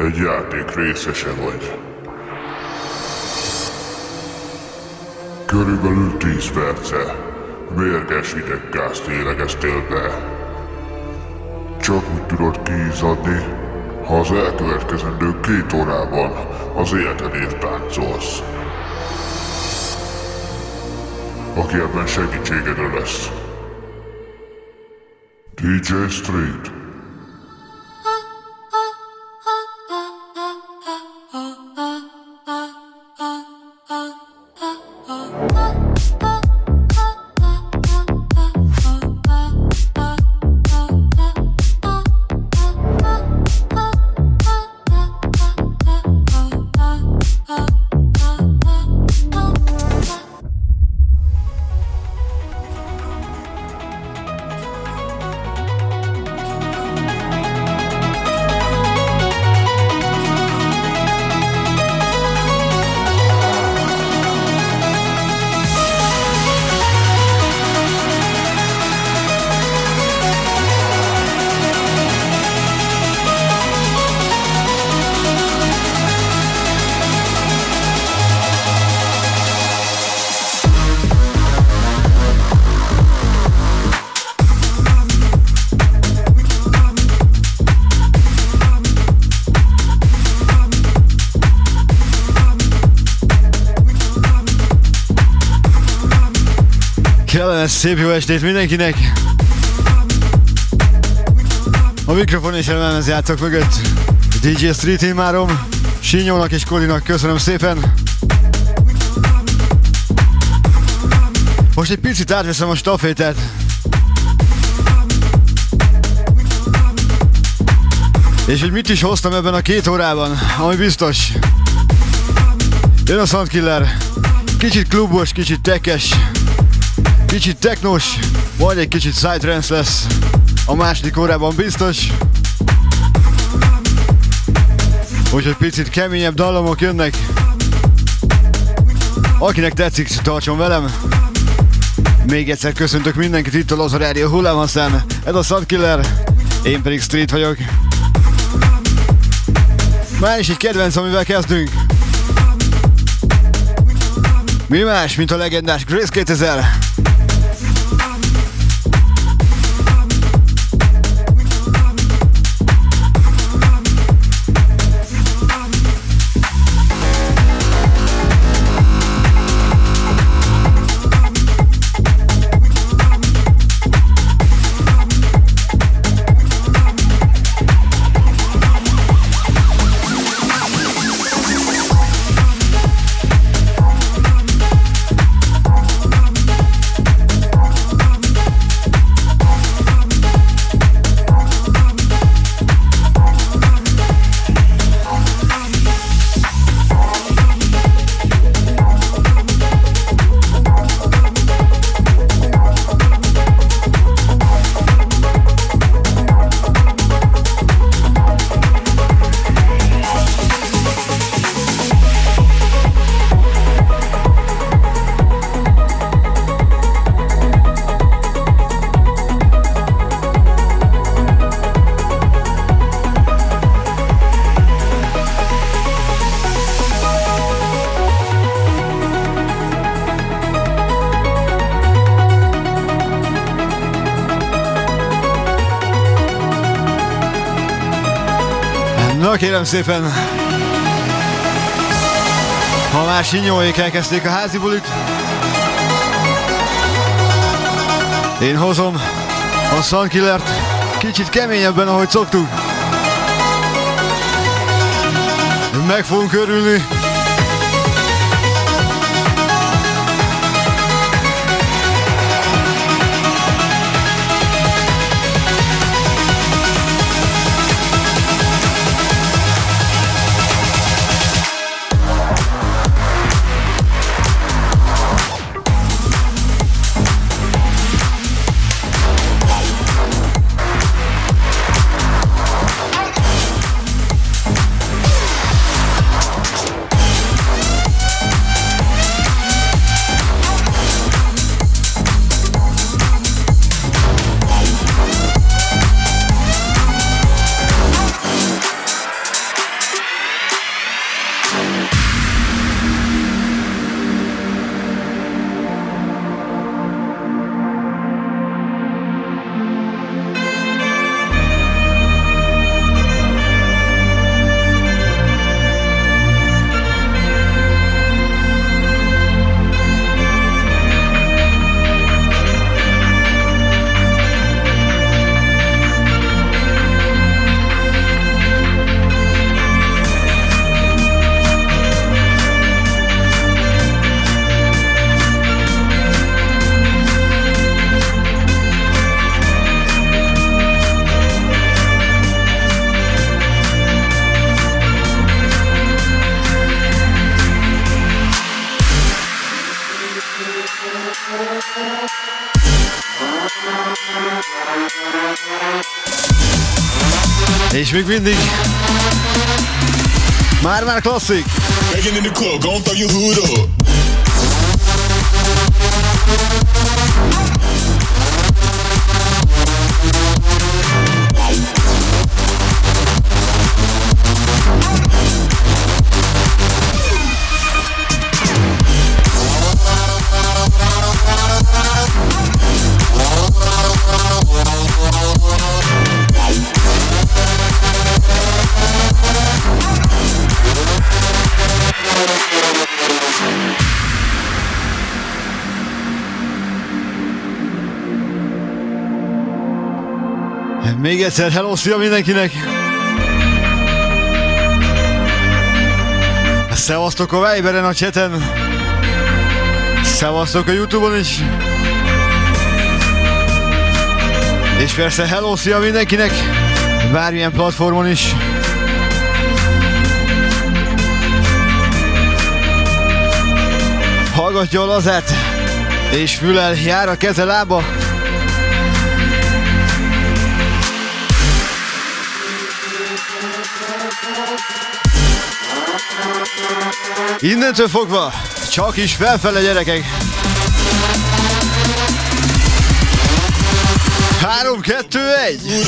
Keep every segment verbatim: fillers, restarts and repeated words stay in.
egy játék részese vagy. Körülbelül tíz perce mérges ideggázt lélegeztél be. Csak úgy tudod kiizzadni, ha az elkövetkezendő két órában az életedért táncolsz. Aki ebben segítségedre lesz. dé dzsé Street. Szép jó estét mindenkinek! A mikrofon és elemez játszok mögött dé dzsé Street imárom, Sinyónak és Kolinak köszönöm szépen! Most egy picit átveszem a stafétet. És hogy mit is hoztam ebben a két órában, ami biztos. Jön a Soundkiller, kicsit klubos, kicsit tekes, kicsit technos, vagy egy kicsit psytrance lesz a második órában biztos. Úgyhogy picit keményebb dallamok jönnek. Akinek tetszik, tartson velem. Még egyszer köszöntök mindenkit itt a Loza Rádió hullámhosszán. Ez a Soundkiller, én pedig Street vagyok. Már is egy kedvenc, amivel kezdünk. Mi más, mint a legendás Grace kétezer. Na kérem szépen, ha már Sinyóék elkezdték a házi bulit, én hozom a Soundkillert kicsit keményebben, ahogy szoktuk. Meg fogunk örülni. És még mindig már-már klasszik. Begging in the club, gon' throw your hood up. Még egyszer hello, szia mindenkinek! Szevasztok a Viberen, a chaten! Szevasztok a YouTube-on is! És persze hello, szia mindenkinek! Bármilyen platformon is! Hallgatja a lazát, és fülel, jár a keze lába. Innentől fogva csak is felfele, gyerekek! Három, kettő, egy!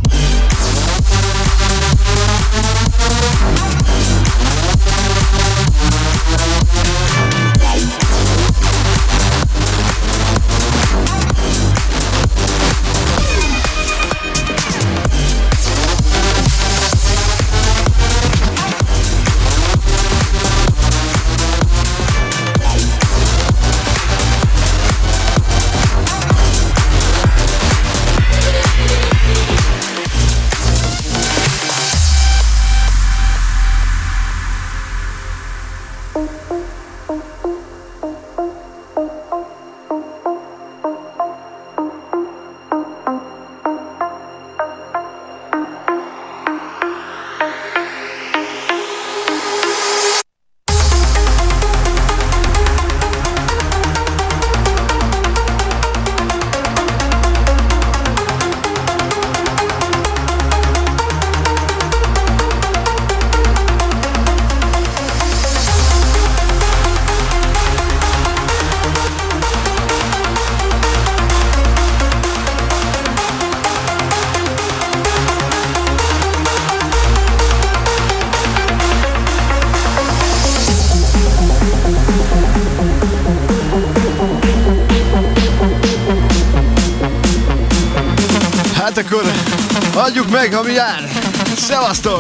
Akkor adjuk meg, ami jár! Szevasztok!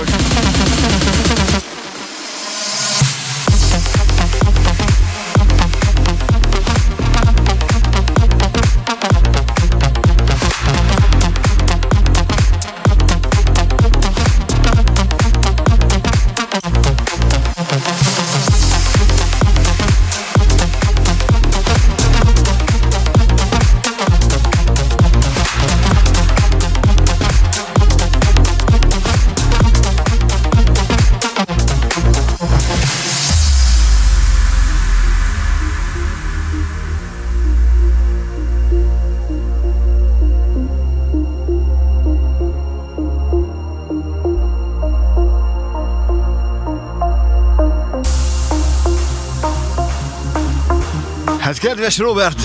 Hát kedves Robert,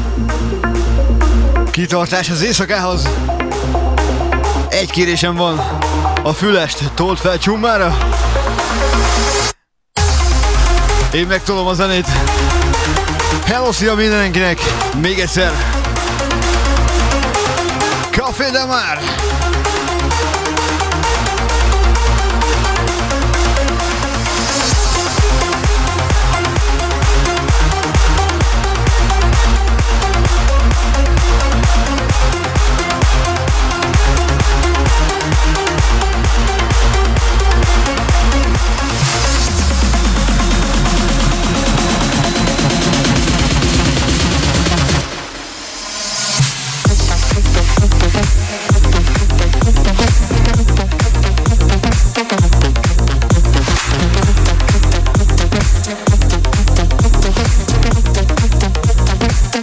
kitartás az éjszakához. Egy kérésem van, a fülest told fel csummára. Én megtolom a zenét. Hello, szia mindenkinek, még egyszer. Café de Mar.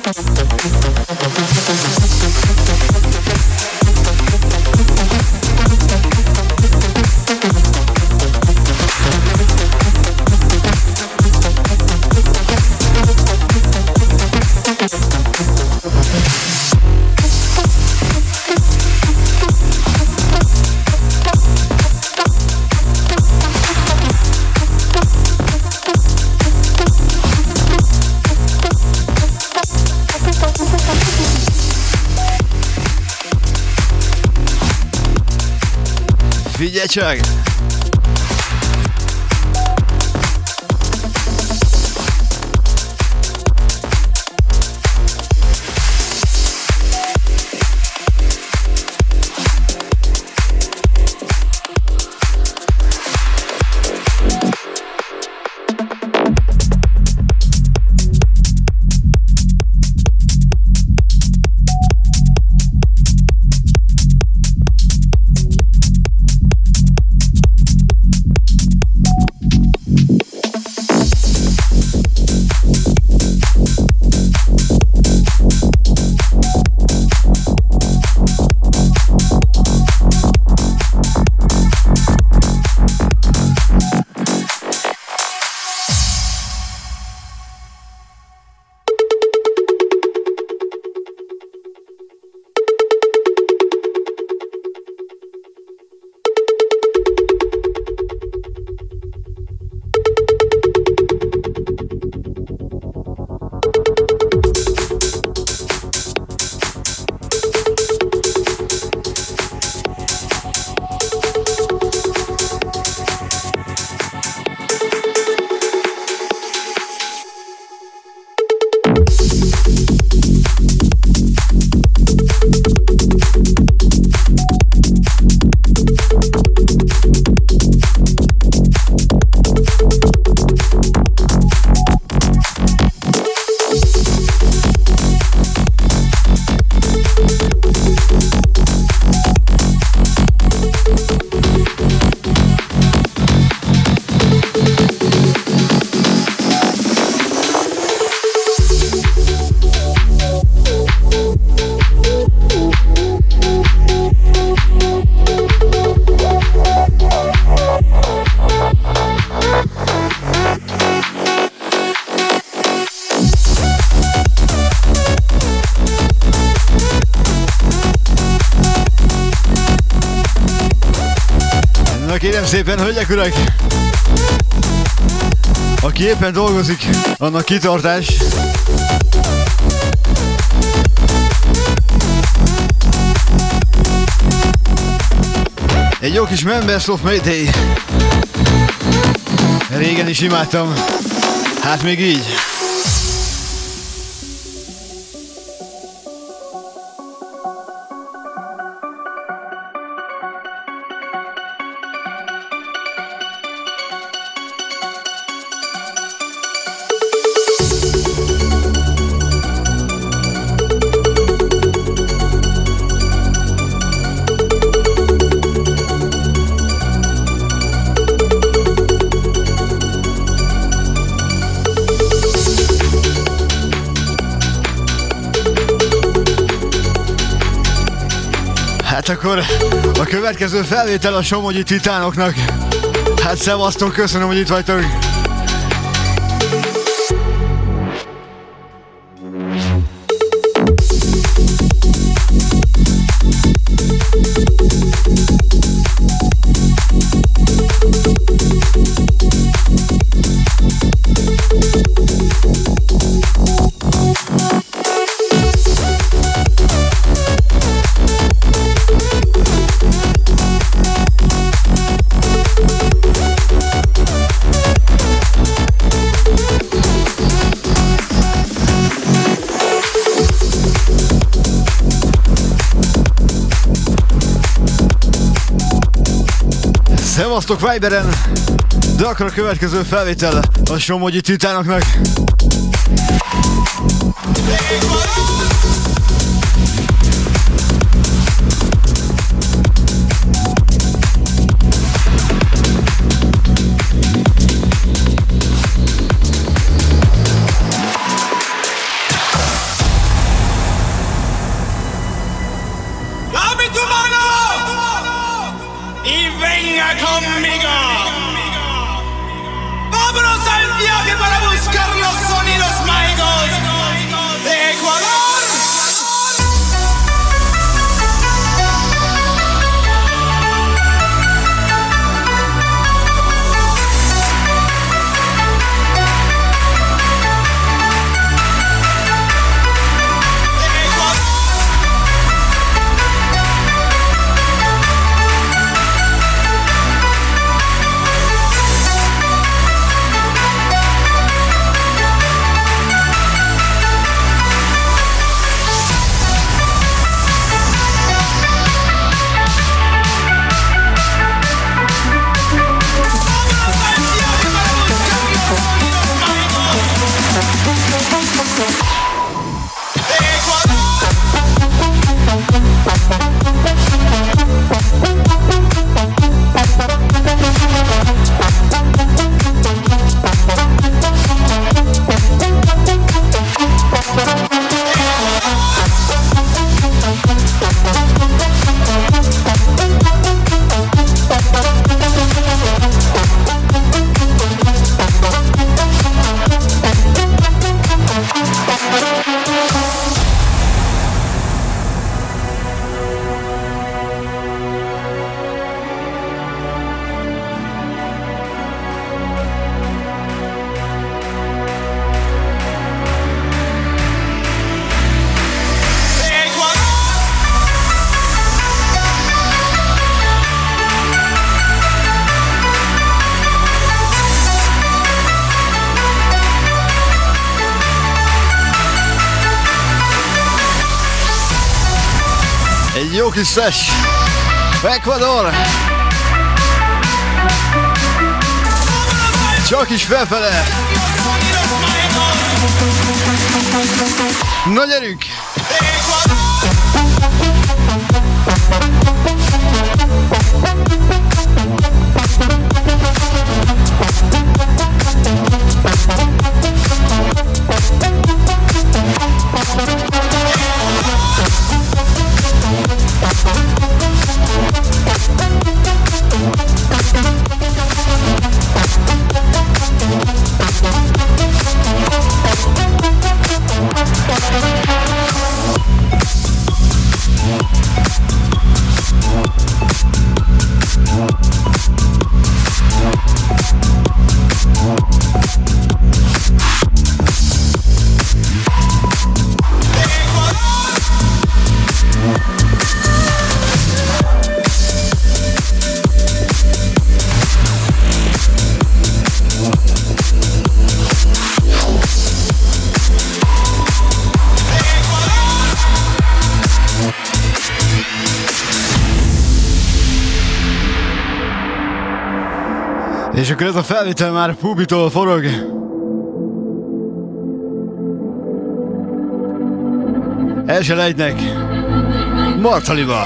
Figyelj csak! Kérem szépen, hölgyek, urak! Aki éppen dolgozik, annak kitartás. Egy jó kis Members of Mayday. Régen is imádtam. Hát még így. Akkor a következő felvétel a Somogyi Titánoknak. Hát szevasztok, köszönöm, hogy itt vagytok. Szevasztok Viberen, de akkor a következő felvétel a Somogyi Titánoknak. Egy jó kis slash. Ecuador. Csak is felfele. Na gyerünk! És akkor ez a felvétel már Pubitól forog. El se lejtnek. Martaliba.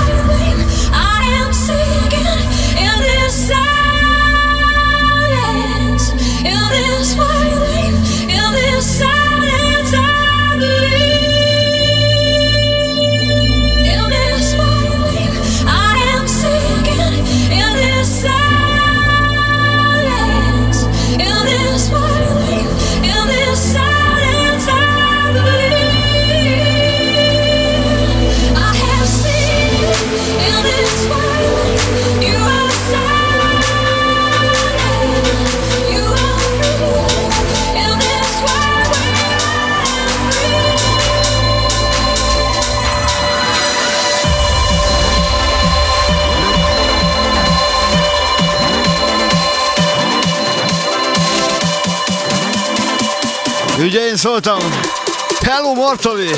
Ugye én szóltam, hello Martali!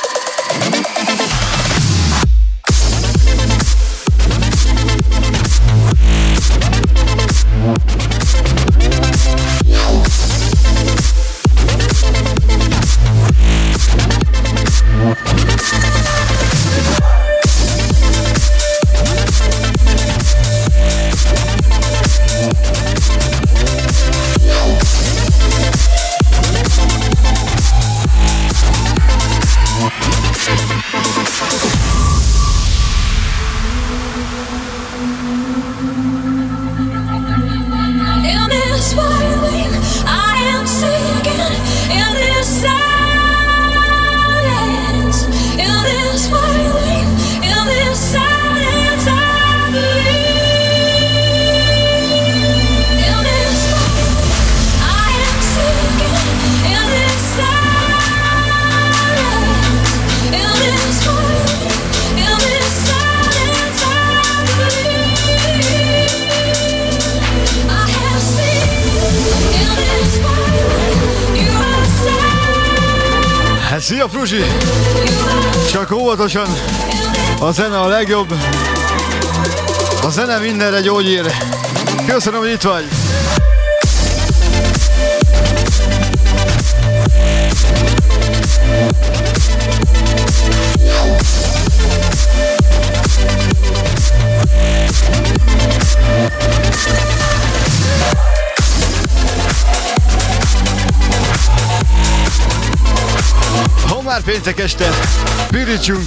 Szia Fruzsi! Csak óvatosan, a zene a legjobb, a zene mindenre gyógyír. Köszönöm, hogy itt vagy! Már péntek este, pirítsunk!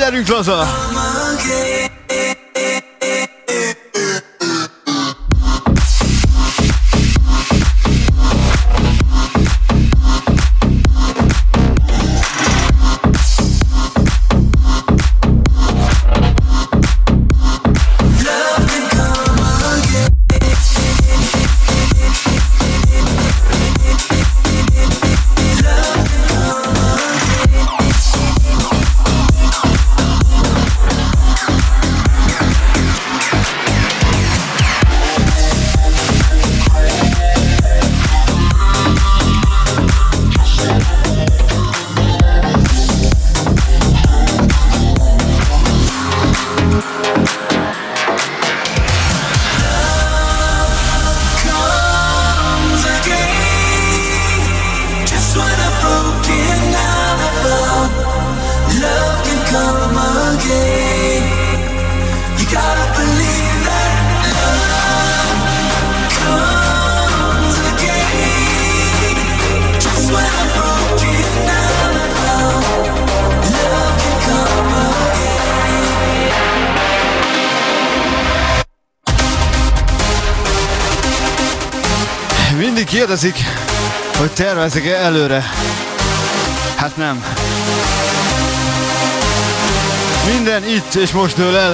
Gyerünk laza! Kérdezik, hogy tervezek-e előre. Hát nem. Minden itt és most dől el.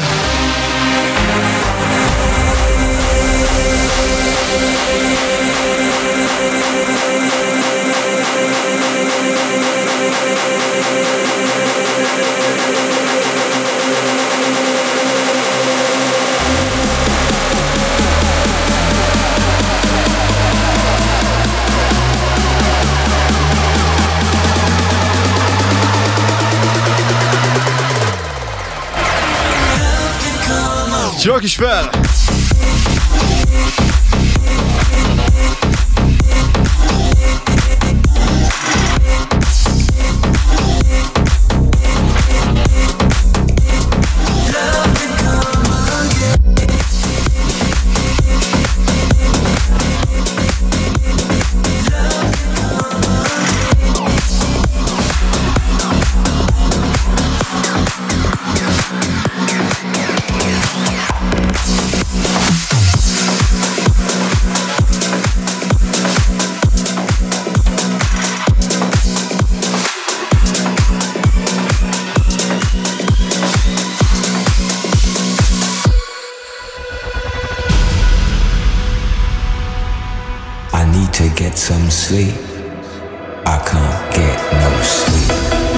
Csak is fel! Some sleep. I can't get no sleep.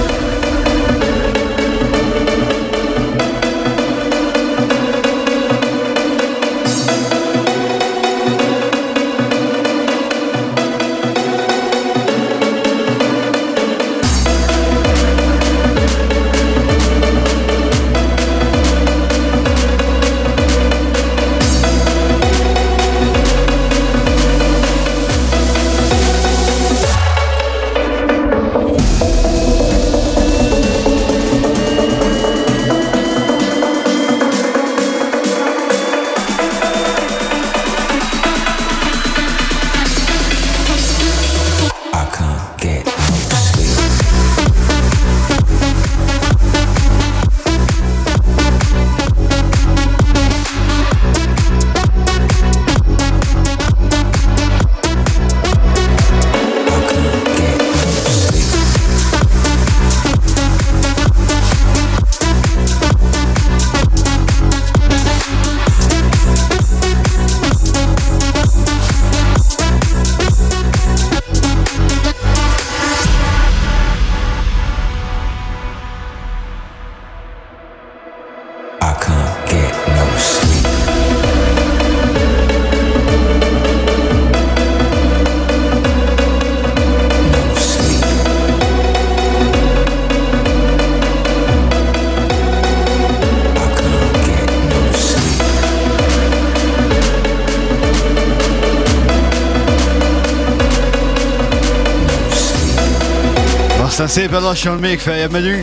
Aztán szépen lassan még feljebb megyünk.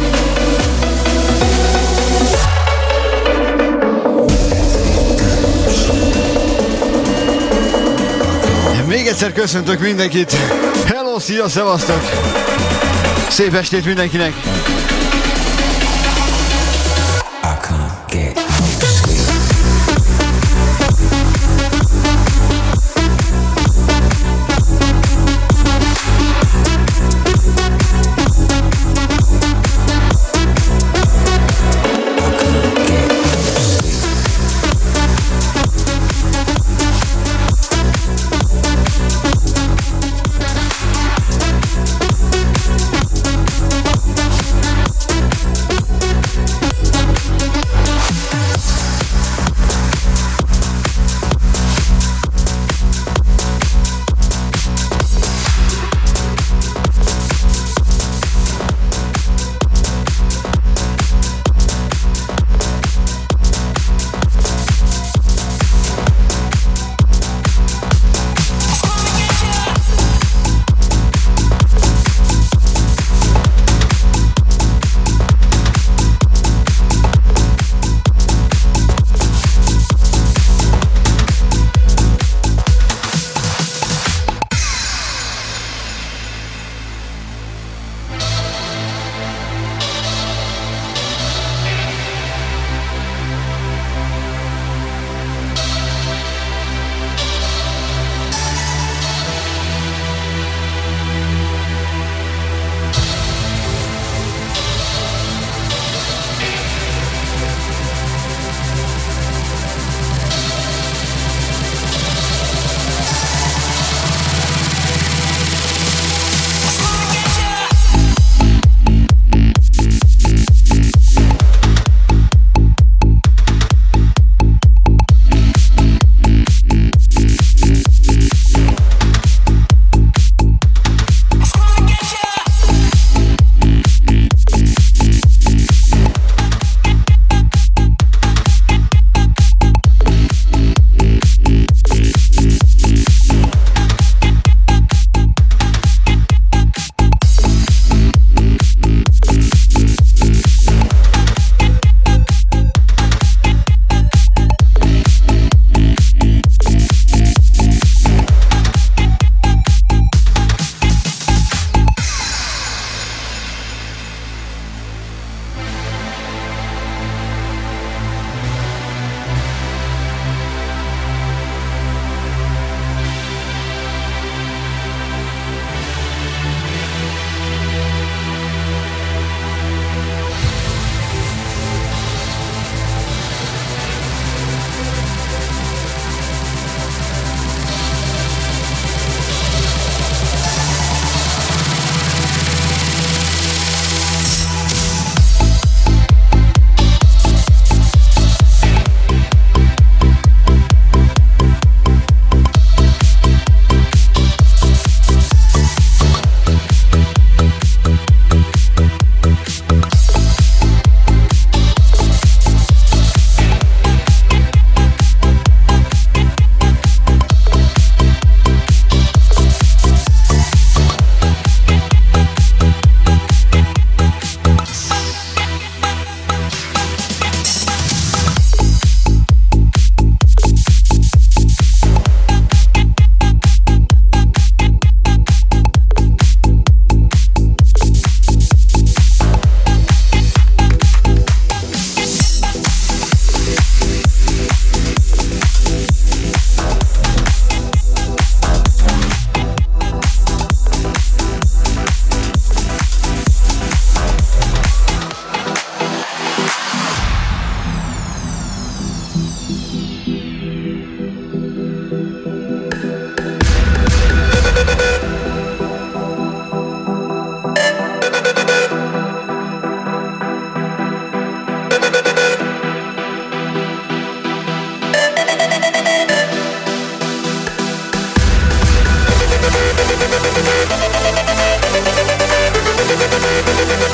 Még egyszer köszöntök mindenkit. Hello, szia, szevasztok. Szép estét mindenkinek.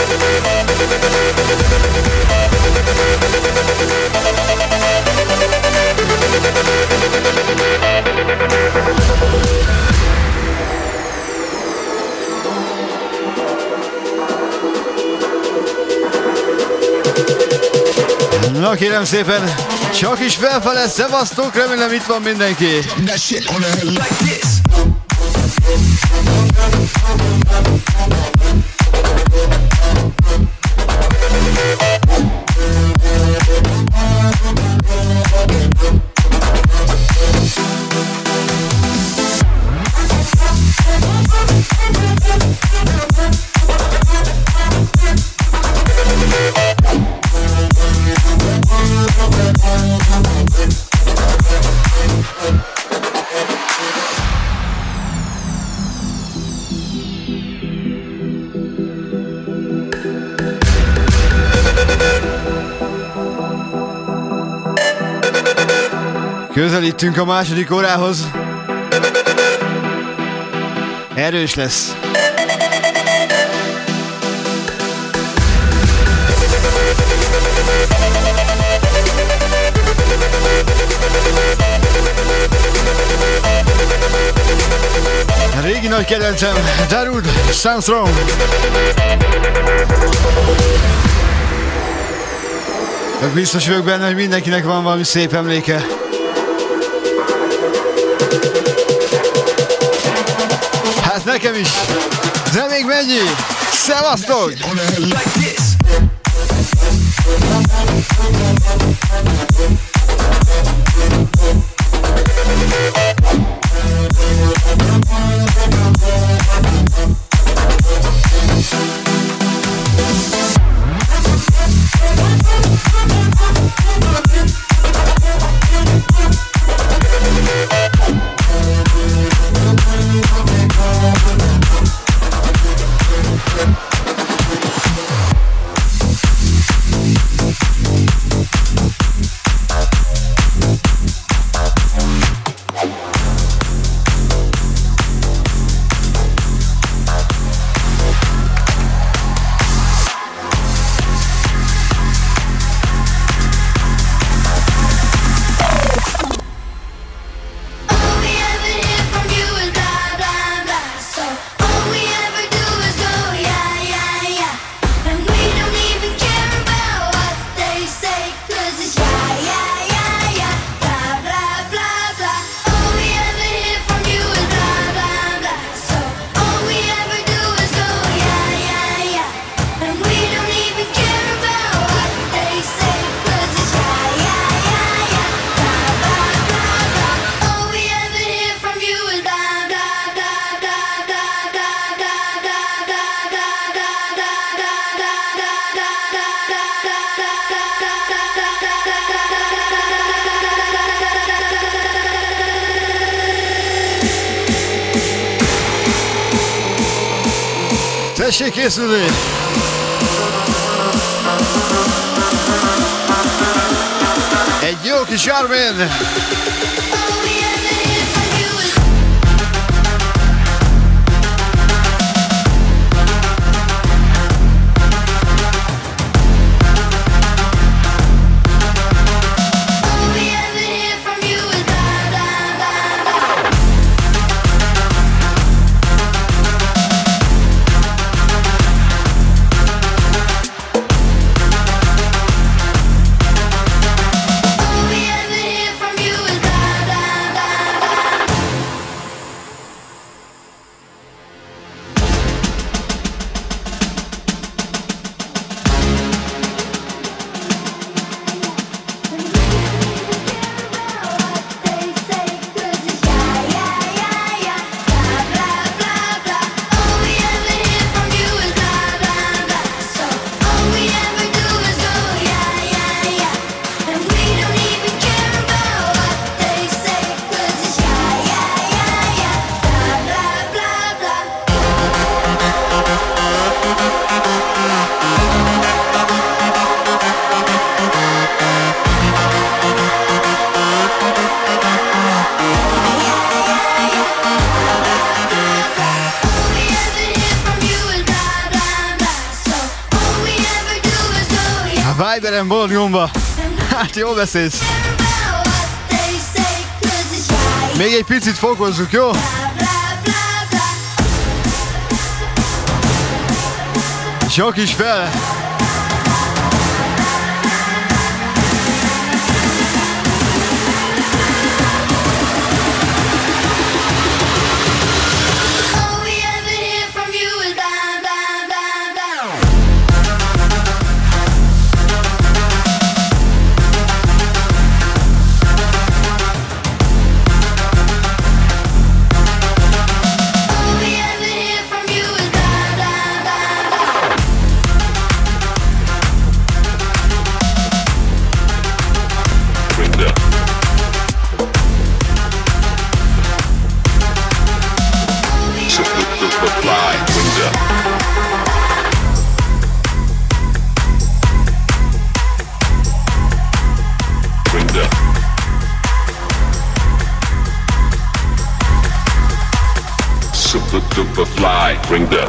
Na kérem szépen, csak is felfele, szevasztok, remélem itt van mindenki. Közelítünk a második órához. Erős lesz. Régi nagy kedvencem, Darude, Sandstorm. Biztos vagyok benne, hogy mindenkinek van valami szép emléke. Hát nekem is, de még mennyi? Szevasztok! Tessék készülni! Egy jó kis Armin! All we ever hear from you is blah blah. Karen Bolonyomba. Hát jól beszélsz. Még egy picit fokozzuk, jó? Csak is fel. Superfly, bring the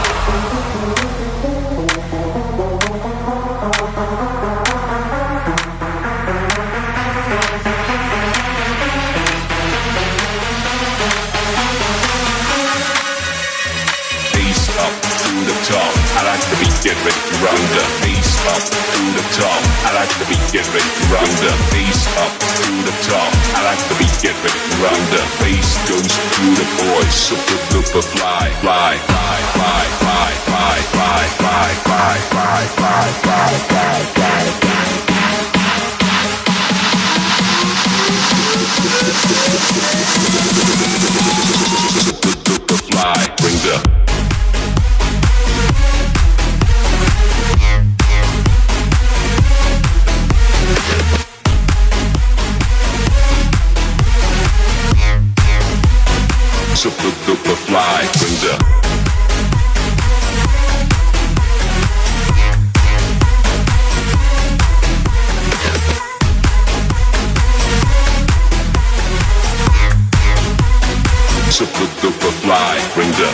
bass up to the top. I like the beat, get ready to run the bass up to the top. I like the beat, get ready to run the bass up to the top. I like the beat, get ready to run the bass goes to the boys. Super duper fly, fly, fly, fly, fly, fly, fly, fly, fly, fly, fly, fly, fly, fly, fly. Super duper fly, bring the super duper fly, bring the super duper fly, bring the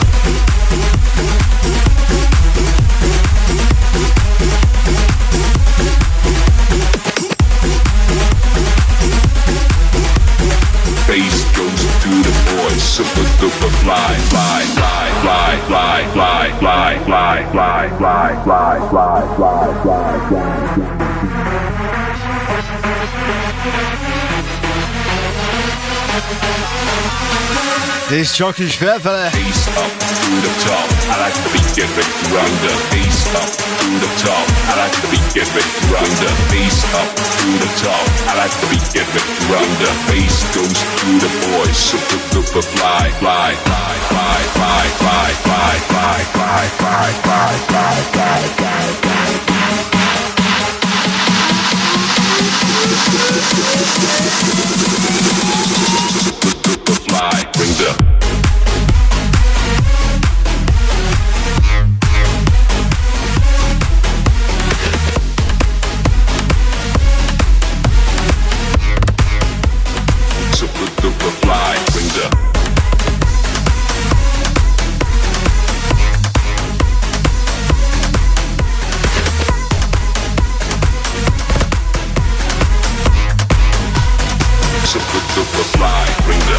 bass goes to the boys. Super duper fly, fly, fly, fly, fly, fly, fly, fly, fly, fly, fly, fly, fly, fly, fly. És csak is felfele. Bass up to the top. I like the beat, get ready to run the bass up to the top. I like the beat, get ready to run the bass up to the top. I like the beat, get ready to run the bass goes to the boys. Super duper fly, fly, fly, fly, fly, fly, fly, fly, fly, fly, fly, fly, fly, fly, fly. Super duper fly, bring the super duper fly, bring the super duper fly, bring the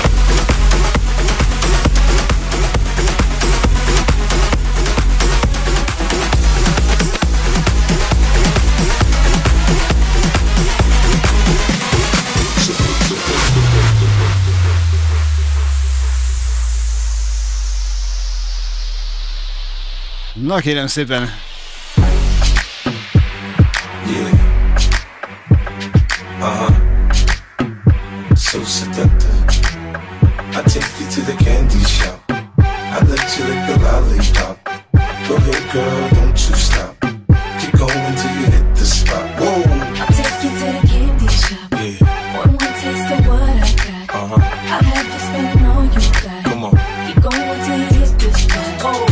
Na kérem szépen. Yeah. Uh-huh. So seductive. I take you to the candy shop. I let you lick the lollipop. Go ahead, girl, don't you stop. Keep going till you hit the spot. Whoa. I'll take you to the candy shop. Yeah. One more taste of what I got. Uh-huh. I'll have you spending all you got. Come on. Keep going till you hit the spot. Oh.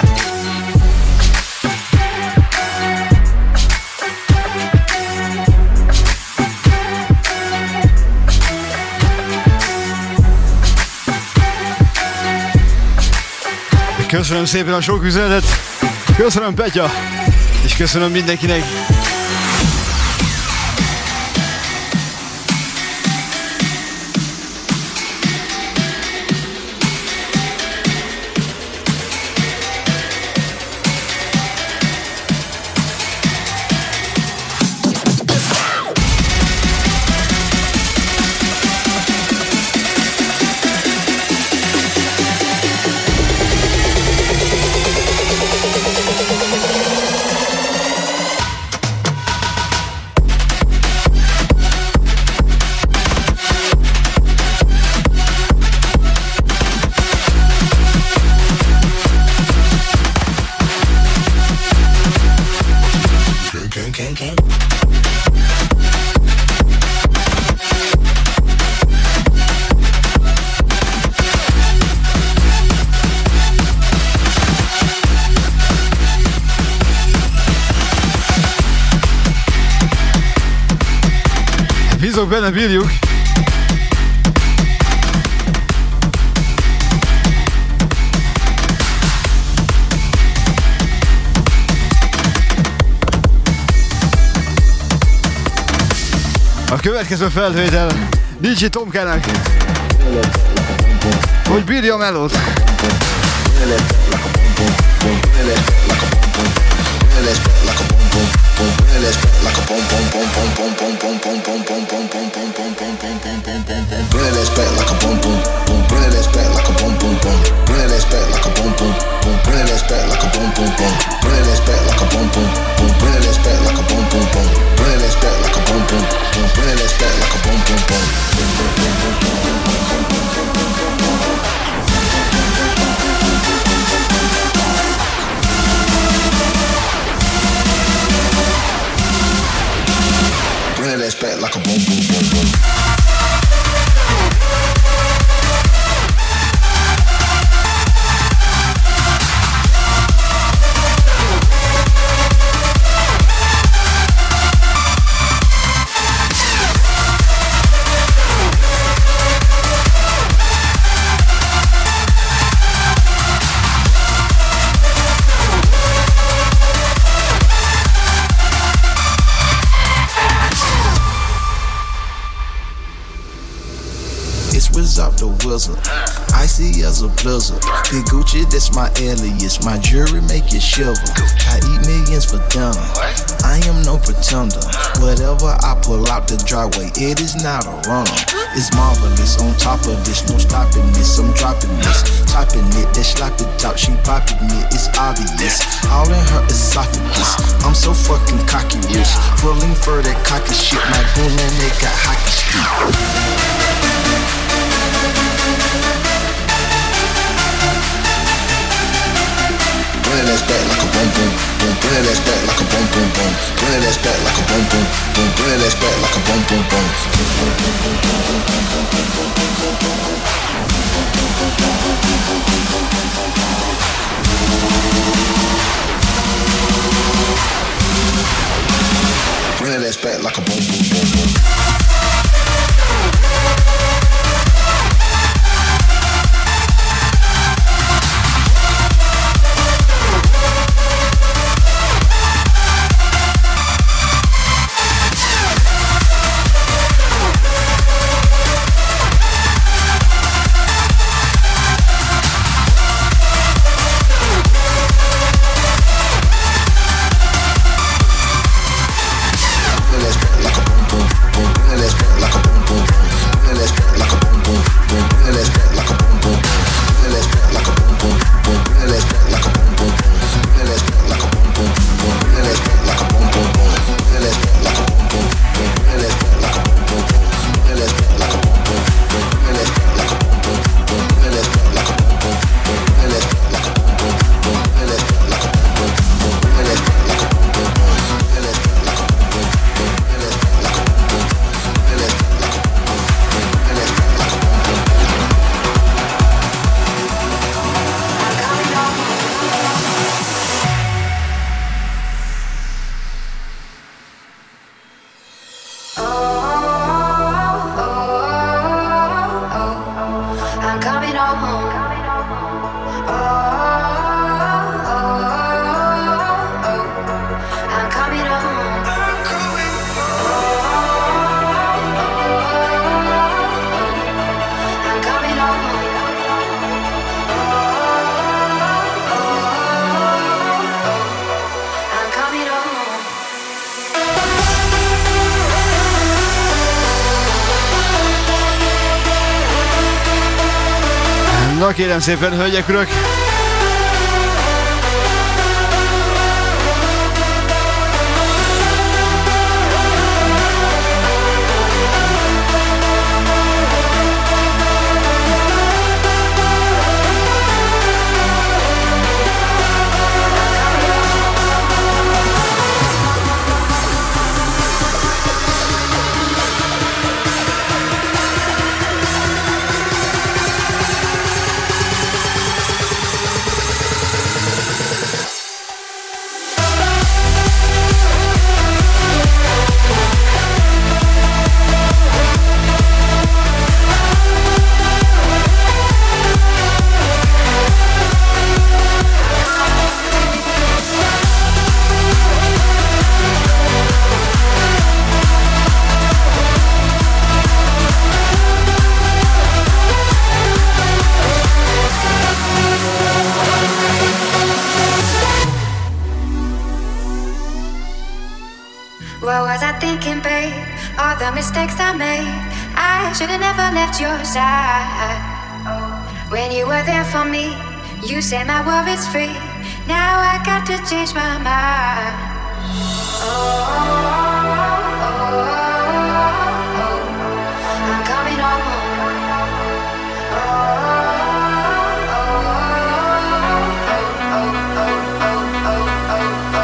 Köszönöm szépen a sok üzenetet, köszönöm Petya, és köszönöm mindenkinek. Bízok benne, bírjuk. A következő felvétel dé dzsé Tomkának, hogy bírja a melót. Bring that back like a boom boom boom. Bring that back like a boom boom boom. Bring that back like a boom boom boom. Bring that back like a boom boom boom. Bring that back like a boom boom boom. Bring that back like a boom boom boom. Bring that back like a boom boom boom. Bring that back like a boom boom boom. Bring that back like a boom boom boom boom. Up the wizard, icy as a blizzard. Big Gucci, that's my alias. My jewelry make it shiver. I eat millions for dinner. I am no pretender. Whatever I pull out the driveway, it is not a runner. It's marvelous. On top of this, no stopping this. I'm dropping this, topping it. That sloppy top, she popping it. It's obvious. All in her esophagus. I'm so fucking cocky rich. Pulling for that cocky shit. My goon and they got hockey stick. Bring that back like a boom boom boom. Bring that back like a boom boom boom. Bring that back like a boom boom boom. Bring that back like a boom boom boom. Bring that back like a boom boom boom boom. Na kérem szépen, hölgyek, urak! thinking, babe, all the mistakes I made. I should've never left your side. When you were there for me, you set my worries free. Now I got to change my mind. Oh, oh, oh, oh, I'm coming home. Oh, oh, oh, oh, oh, oh, oh, oh,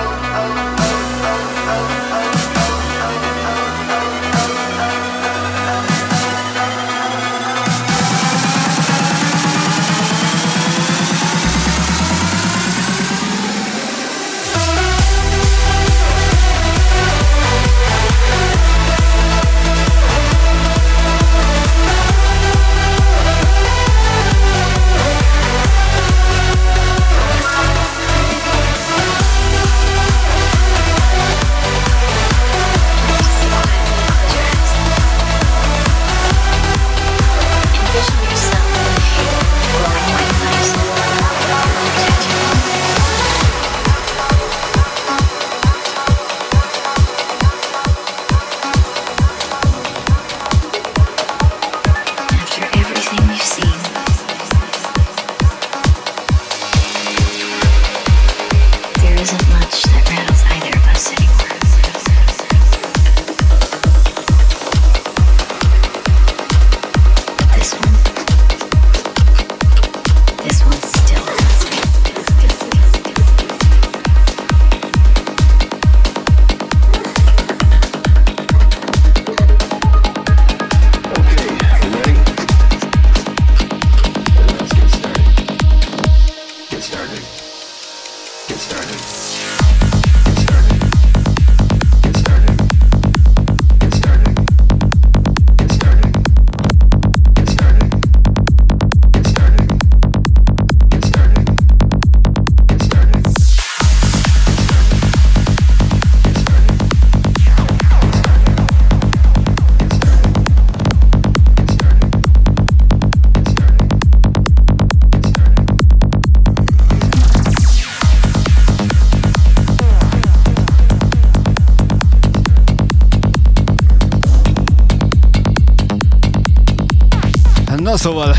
Na szóval...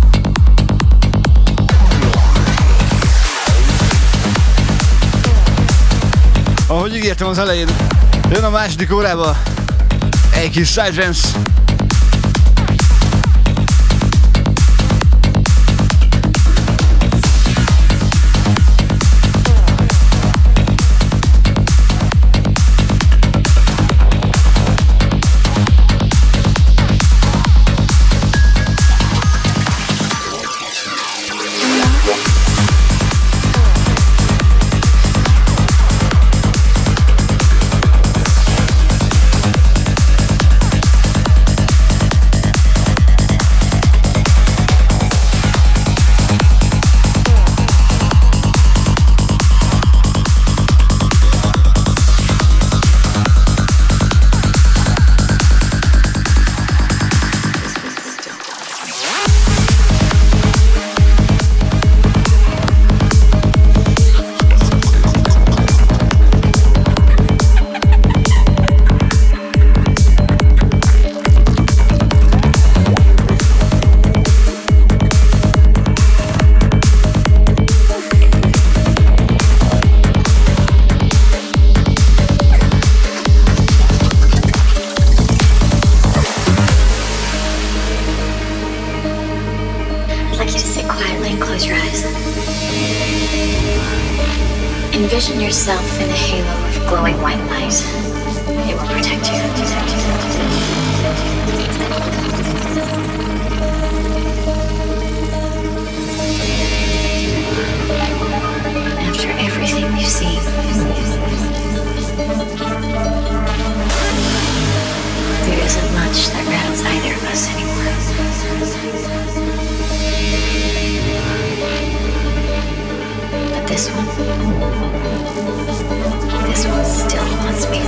Ahogy ígértem az elején, jön a második órába egy kis Psytrance. Envision yourself in a halo of glowing white light. It will protect you. After everything you've seen, there isn't much that rattles either of us anymore. But this one, this one still wants me.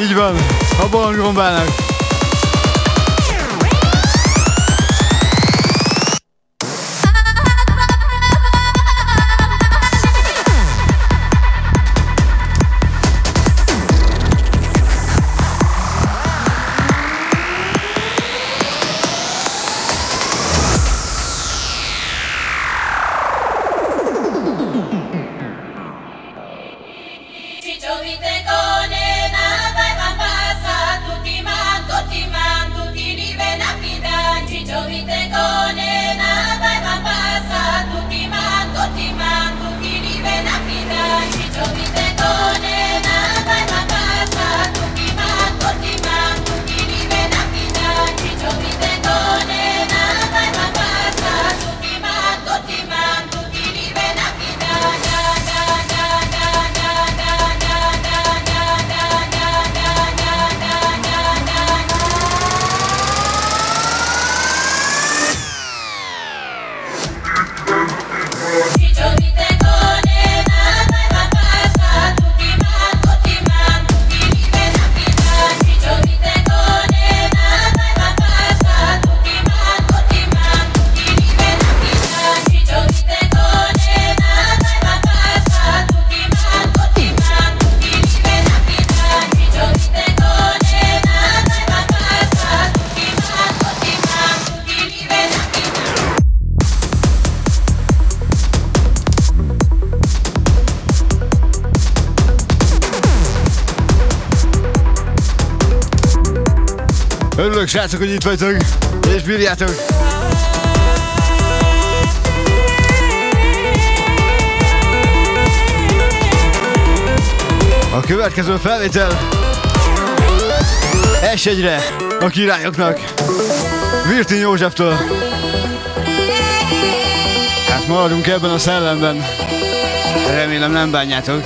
Így van, a bolondgombának. Örülök, srácok, hogy itt vagytok, és bírjátok. A következő felvétel es egyre a királyoknak, Virtin Józseftől. Hát maradunk ebben a szellemben, remélem nem bánjátok.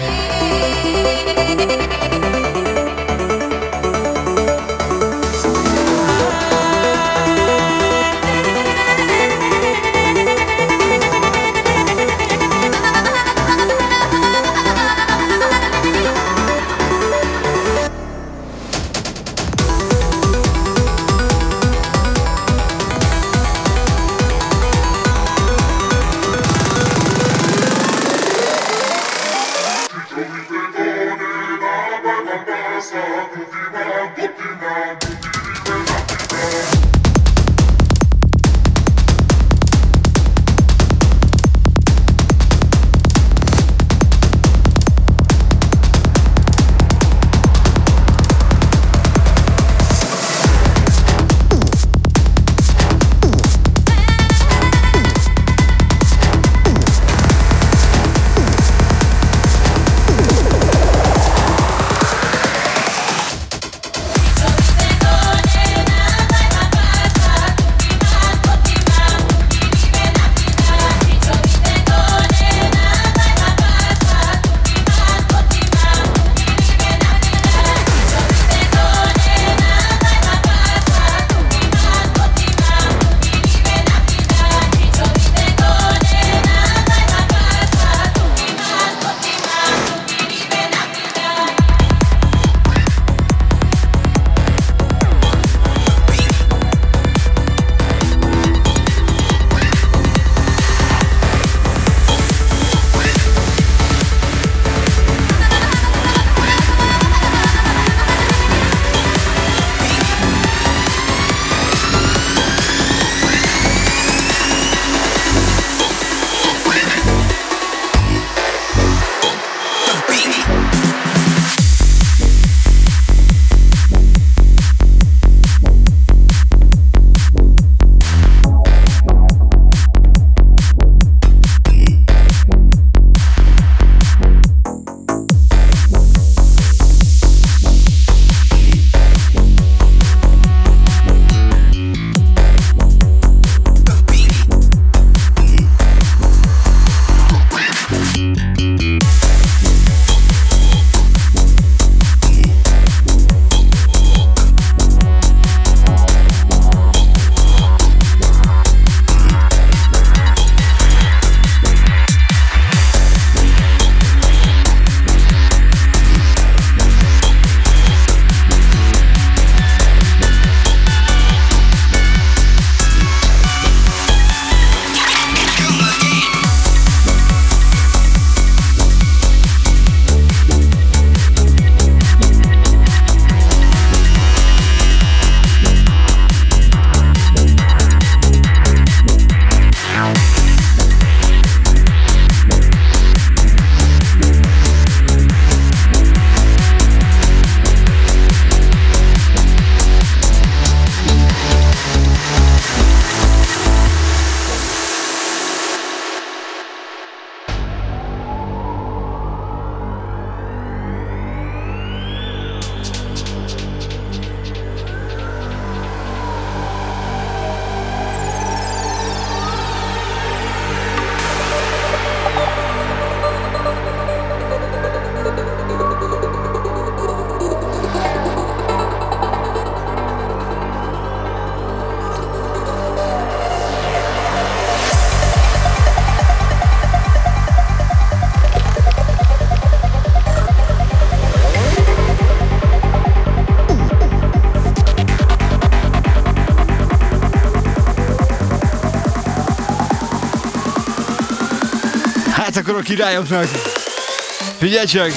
a királyoknak. Figyelj csak!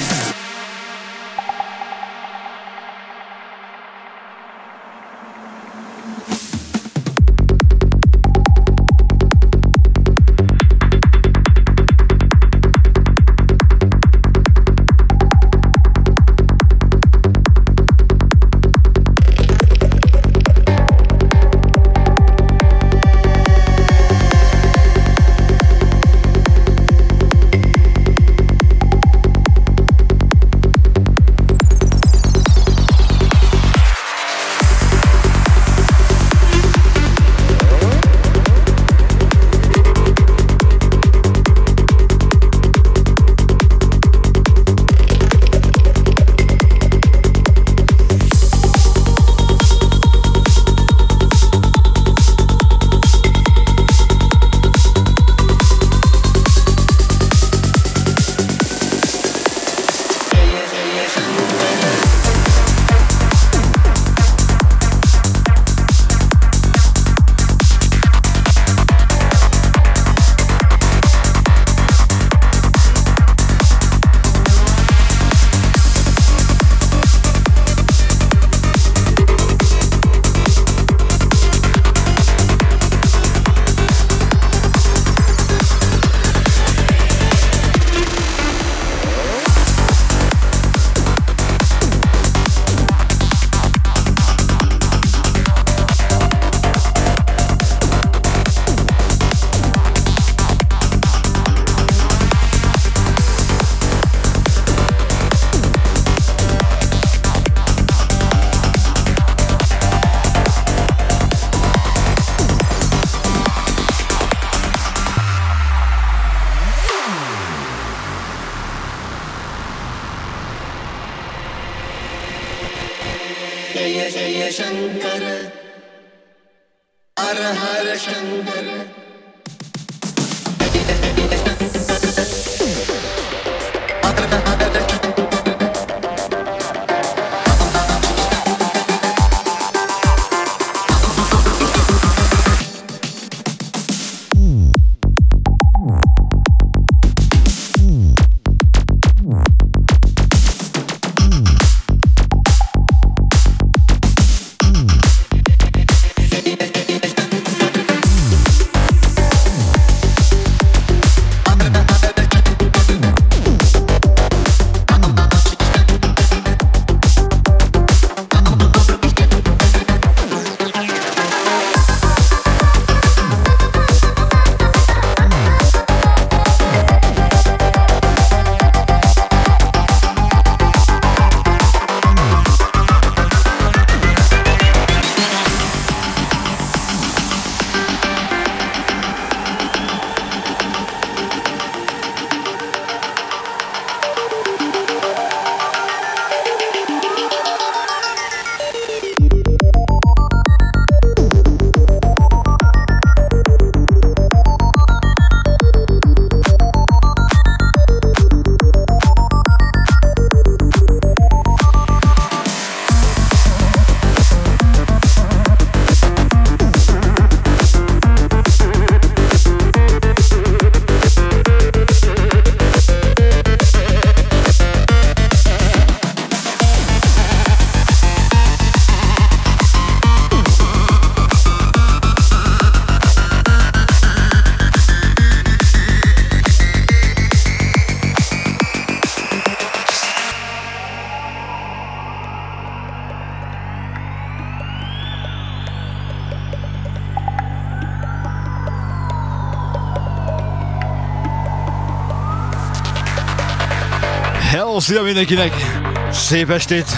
Hello, szia mindenkinek! Szép estét!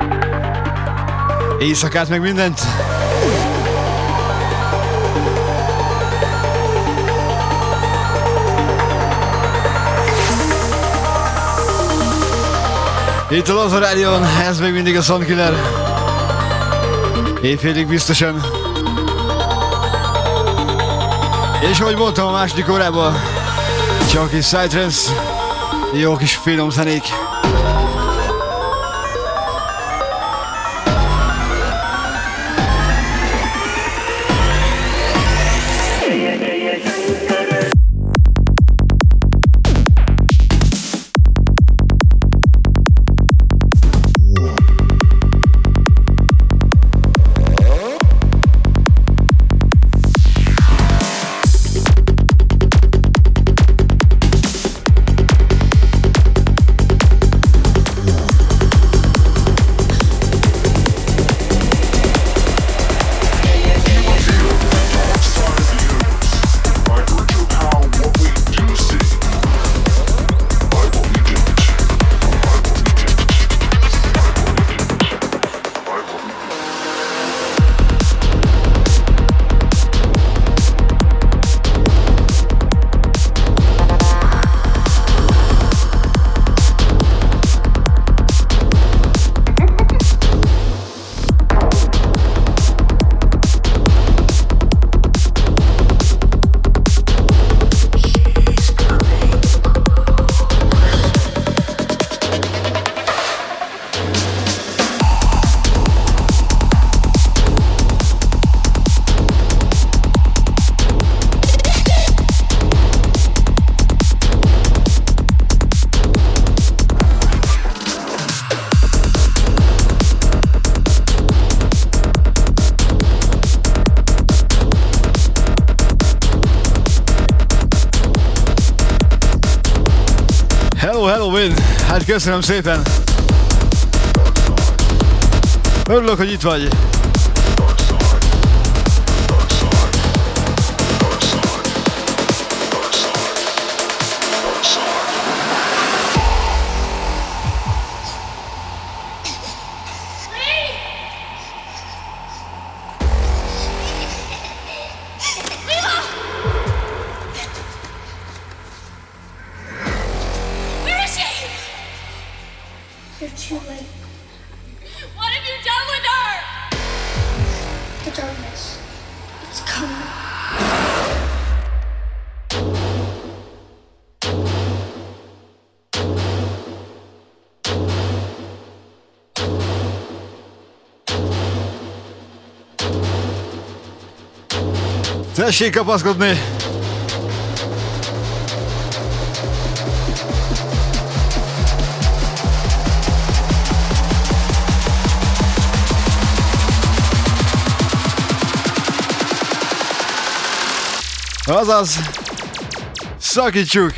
Éjszakát meg mindent! Itt a Laza Rádion, ez még mindig a Soundkiller. Éjfélig biztosan. És ahogy mondtam a második órában, csak kis Psytrance, jó kis finom zenék. Hát köszönöm szépen. Örülök, hogy itt vagy. Tessék kapaszkodni! Azaz! Szakítsuk!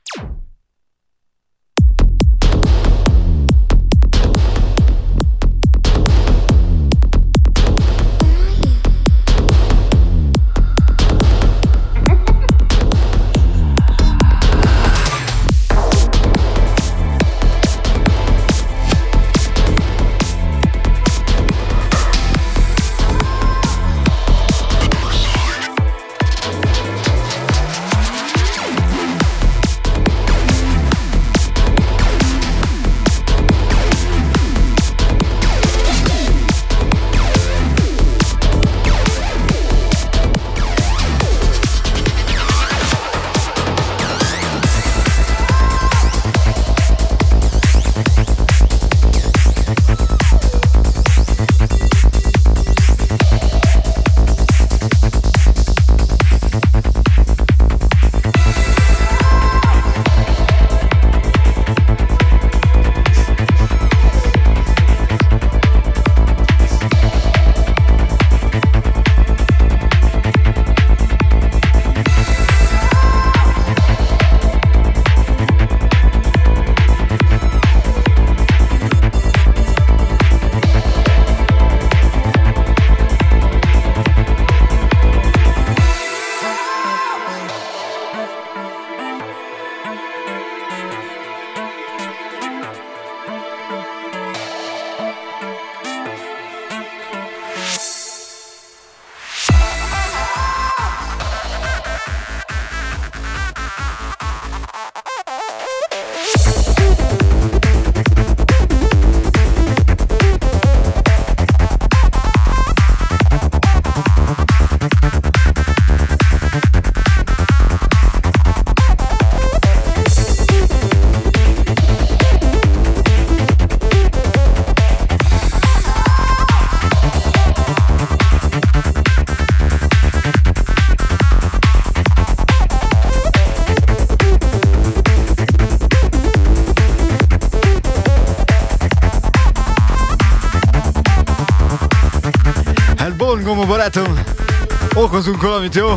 Gomo barátom, okozunk valamit, jó?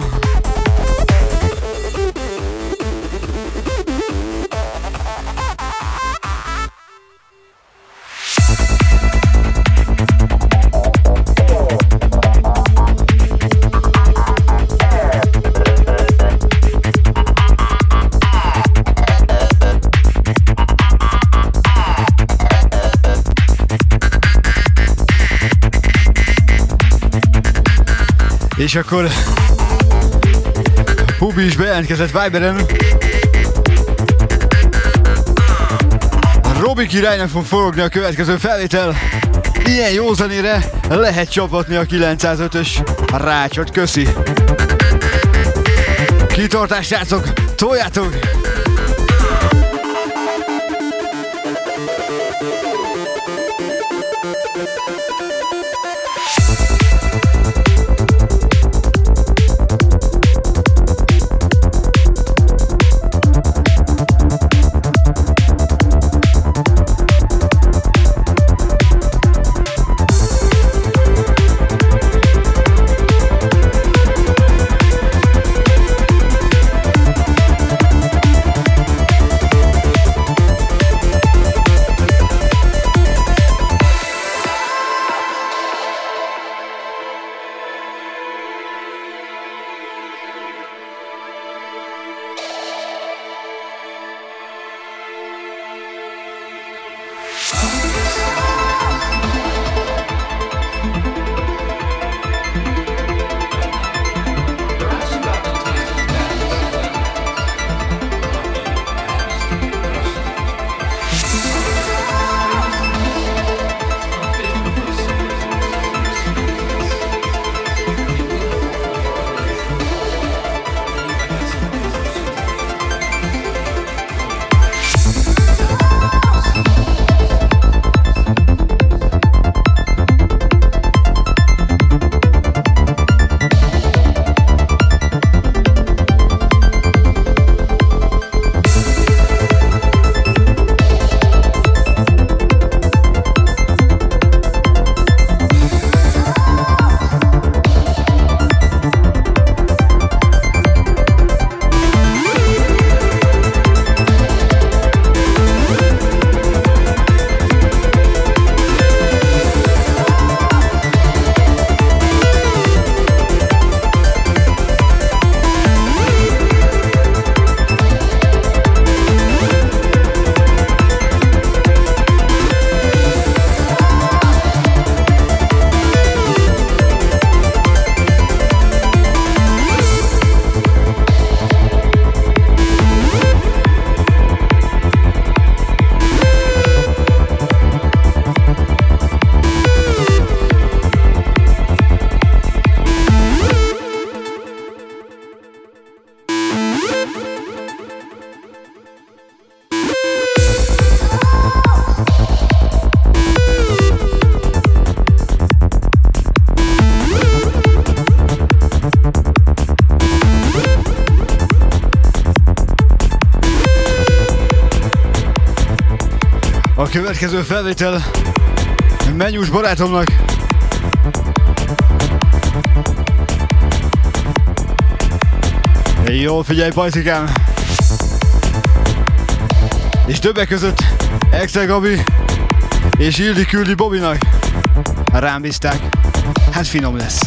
És akkor Pubi is bejelentkezett Viberen. Robi királynak fog forogni a következő felvétel. Ilyen jó zenére lehet csapatni a kilencszázötös rácsot. Köszi! Kitartás, srácok! Toljátok! következő felvétel Menyus barátomnak. Jól figyelj, Pajtikám! És többek között Excel Gabi és Ildi küldi Bobinak. Rám bízták, hát finom lesz.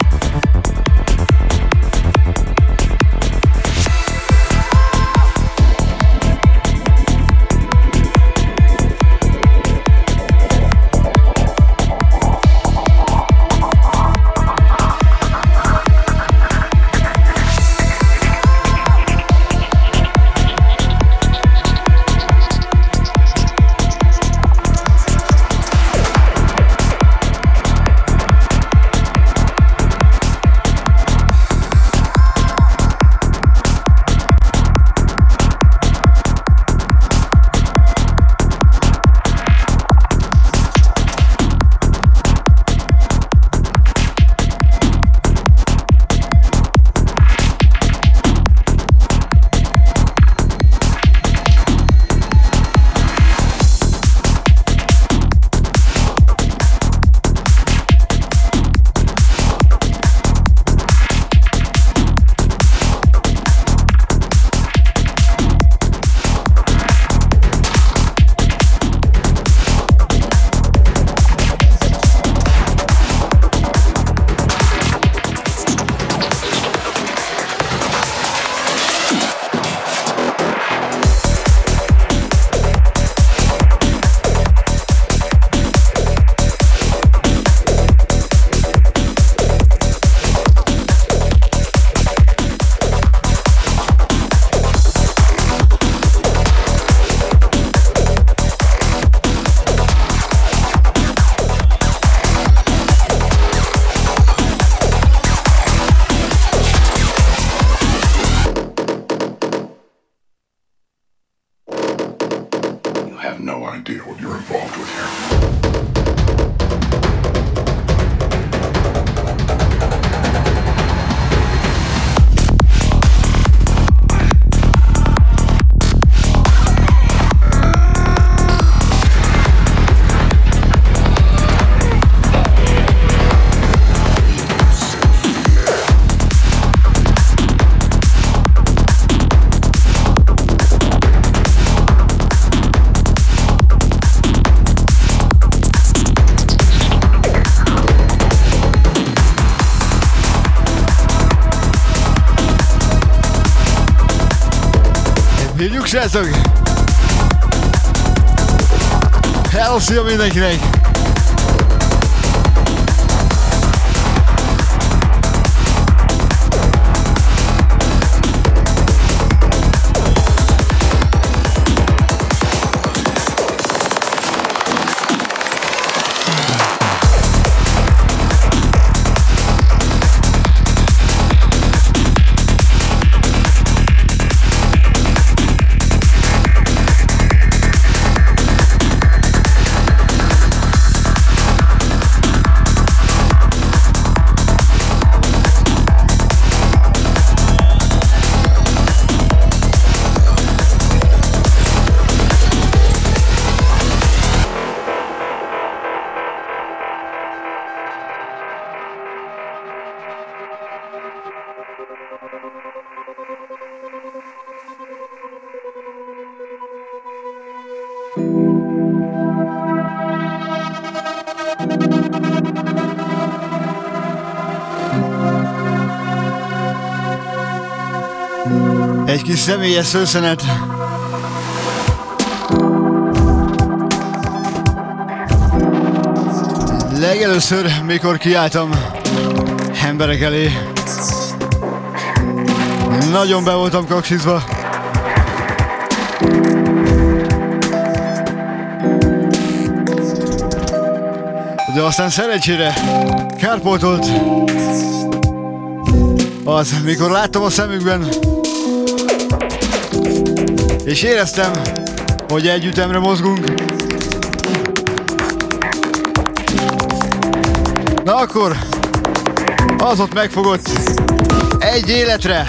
Srácok! Hello, szia mindenkinek! Egy kis személyes szőszenet. Legelőször, mikor kiálltam emberek elé, nagyon be voltam kaksizva. De aztán szerencsére kárpótolt az, mikor láttam a szemükben, és éreztem, hogy egy ütemre mozgunk. Na akkor az ott megfogott egy életre.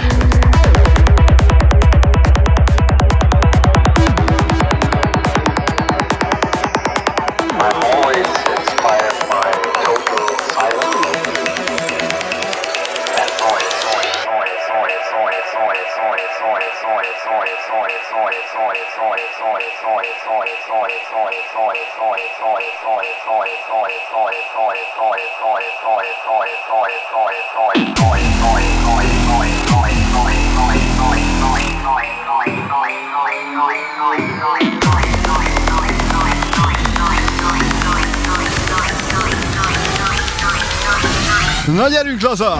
Na gyerünk, Laza!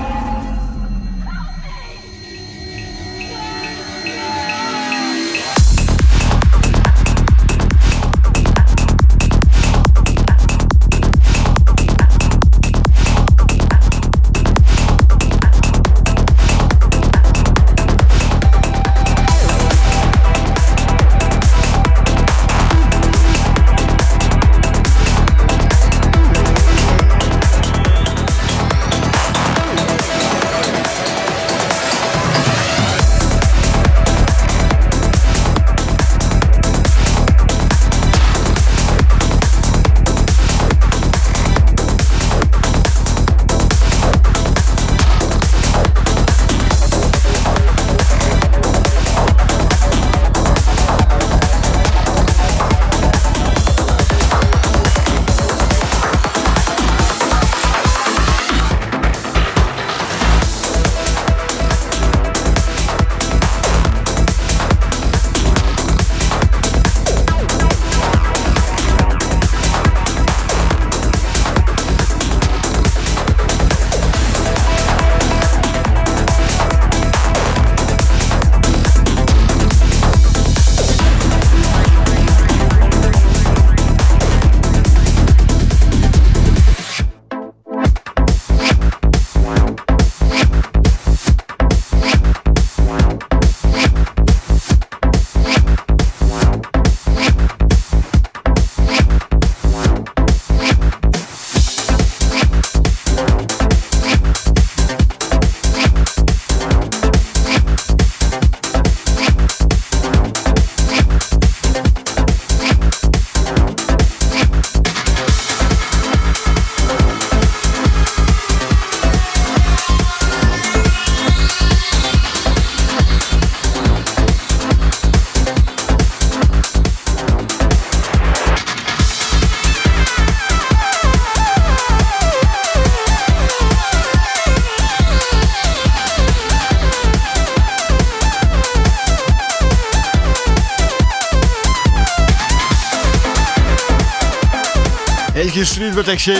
Egy kis street betegség.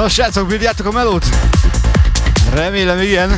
Na, srácok, bírjátok a melót? Remélem, igen.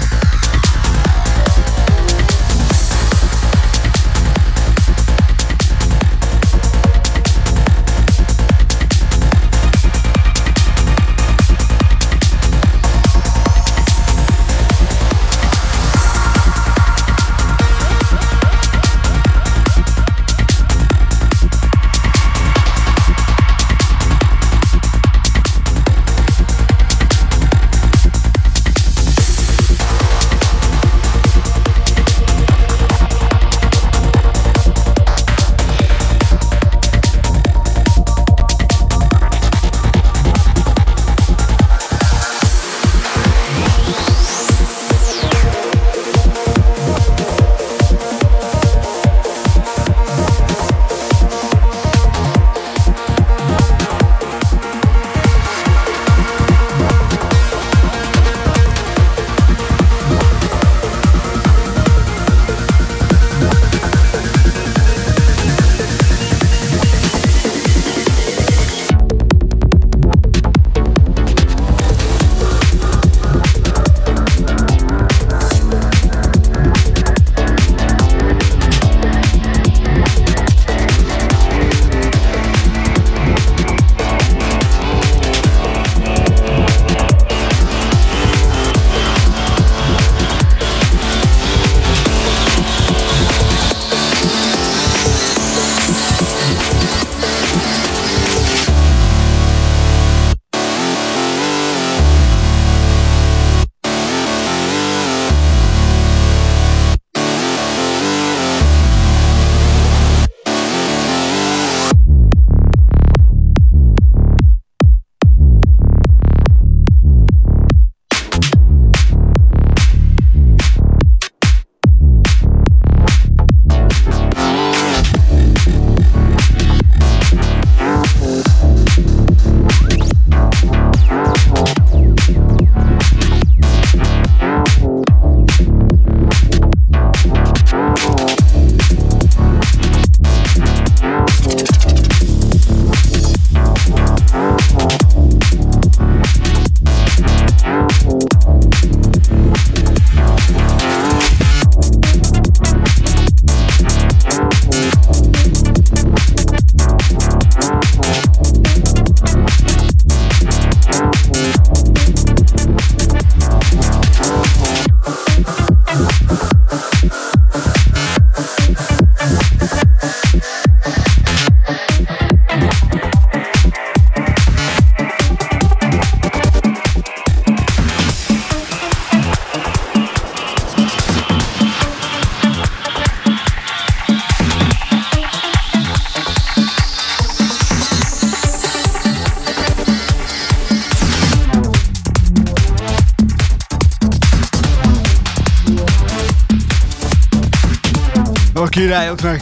Királyoknak!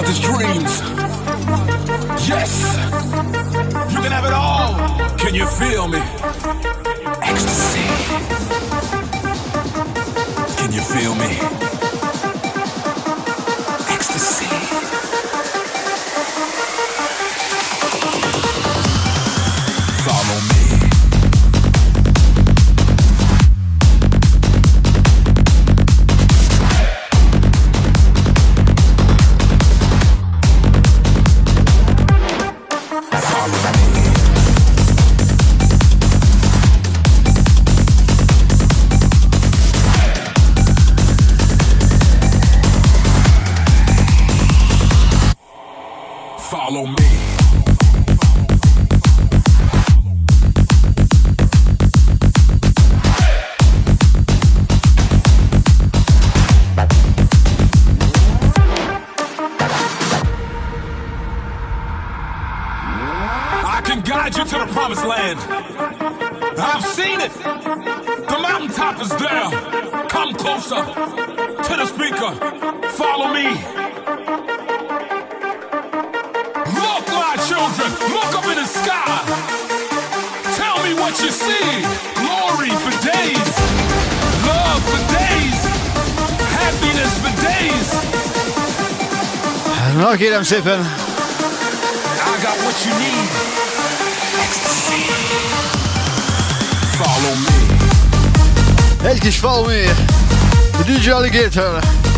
wildest dreams. Yes, you can have it all. Can you feel me? Ecstasy. Can you feel me? Ecstasy. Follow me. Follow me. I can guide you to the promised land. I've seen it. The mountaintop is there. Come closer to the speaker. Follow me. Look, my children, look up in the sky. Tell me what you see. Glory for days. Love for days. Happiness for days. Na kérem szépen. I got what you need. Ecstasy. Follow me. Egy kis Follow Me. A dé dzsé Alligator.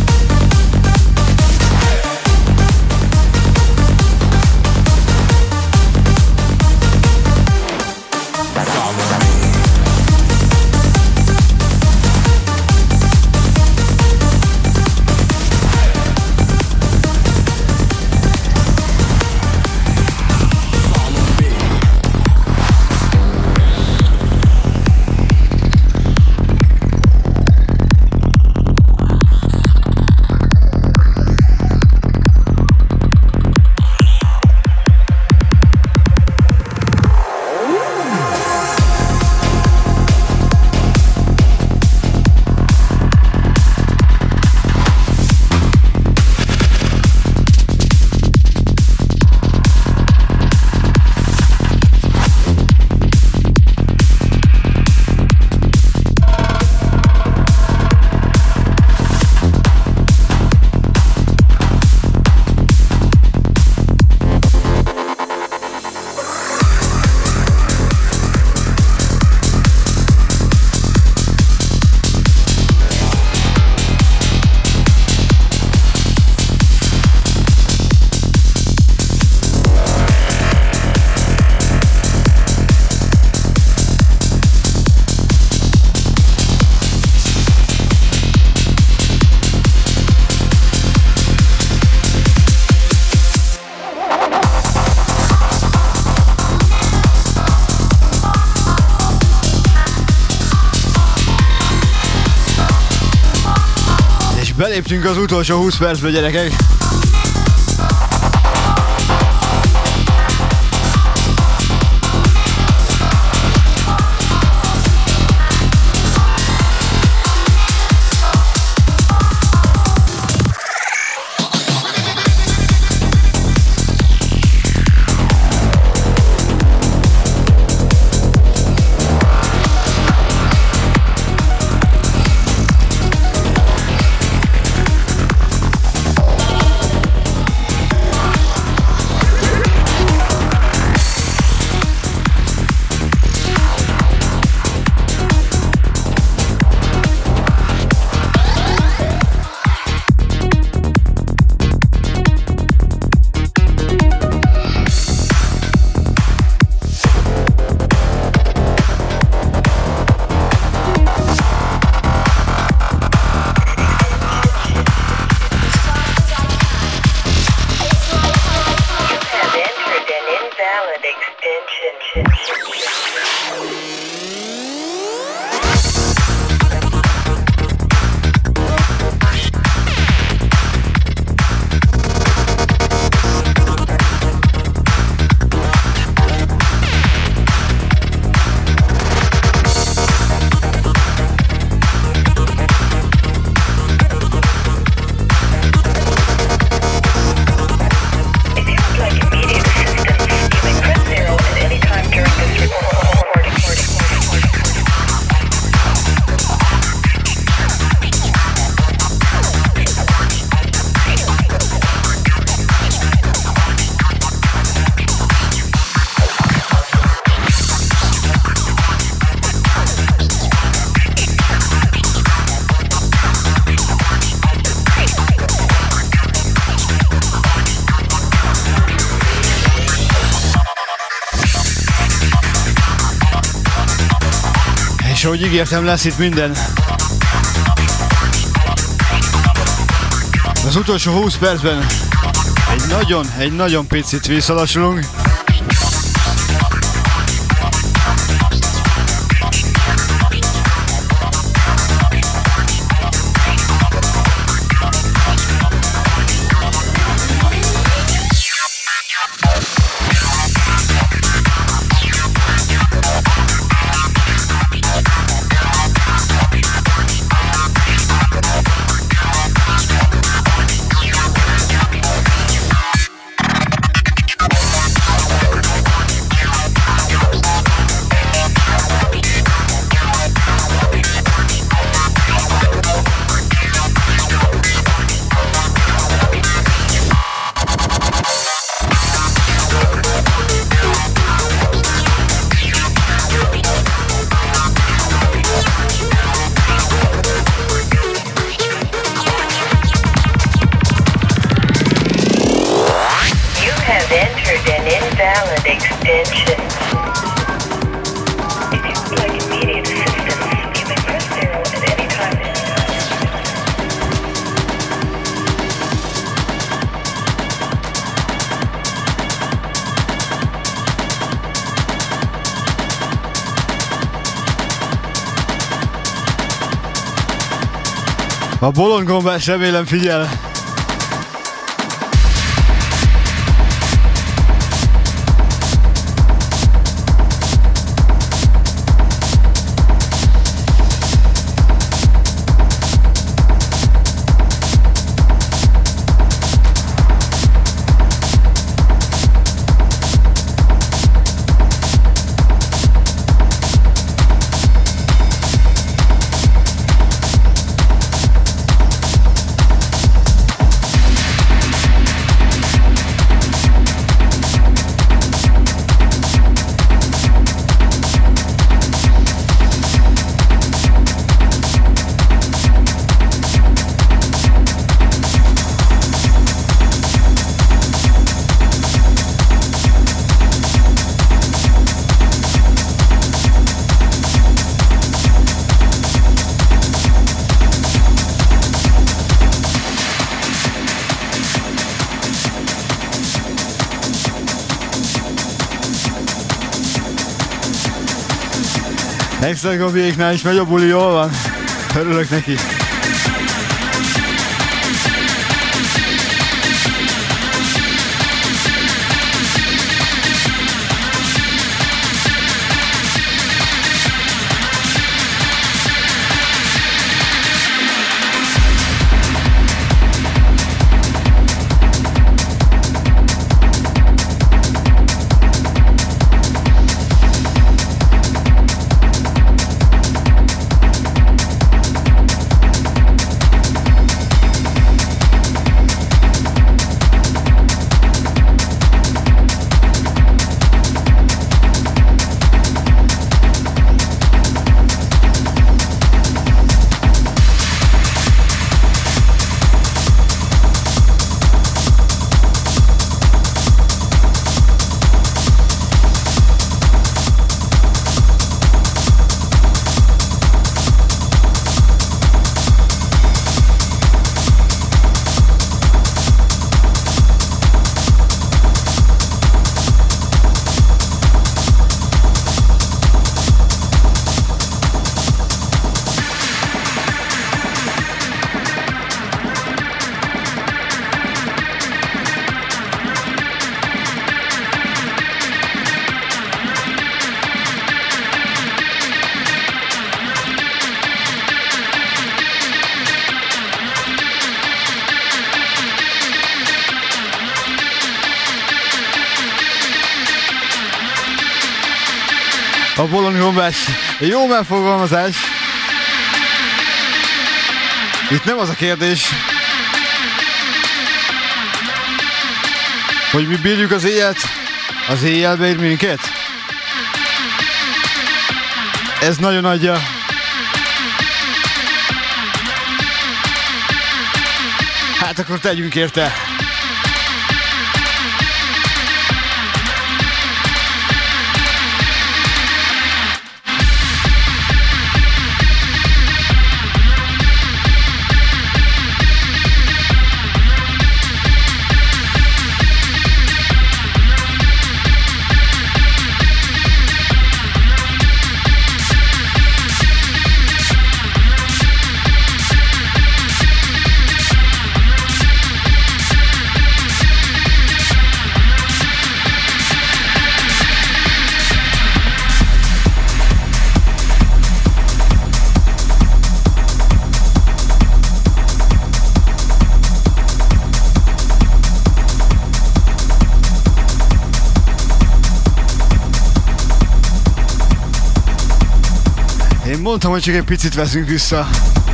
Beléptünk az utolsó húsz percbe, gyerekek. És ahogy ígértem, lesz itt minden. Az utolsó húsz percben egy nagyon, egy nagyon picit visszalassulunk. A bolond gombás remélem figyel. Extra gombjéknál is megy a buli, jól van. Örülök neki. A bolond gombás, jó megfogalmazás. Itt nem az a kérdés, hogy mi bírjuk az éjjelt, az éjjel beír minket. Ez nagyon adja. Hát akkor tegyünk érte. Én mondtam, hogy csak egy picit veszünk vissza.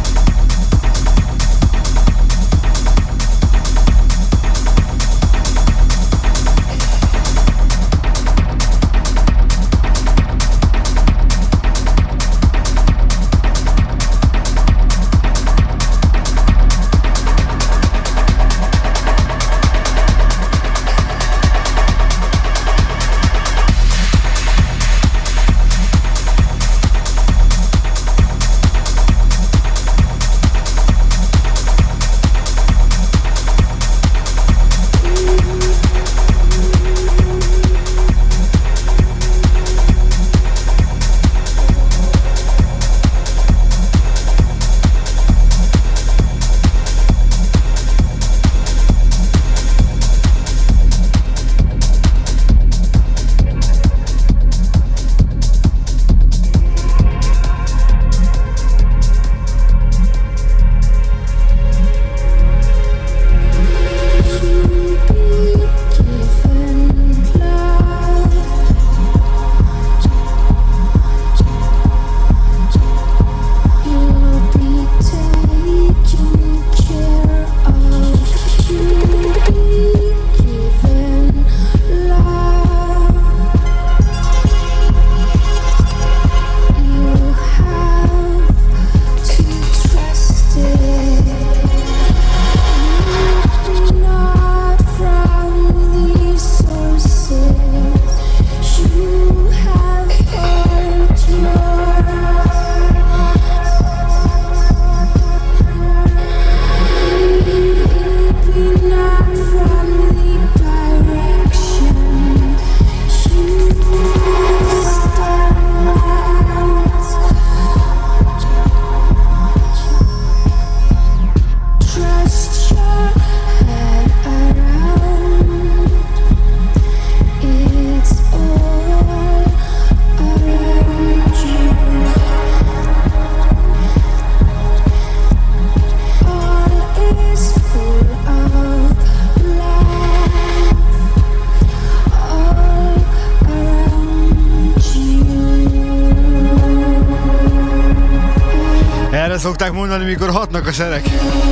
Szokták mondani, mikor hatnak a szerek.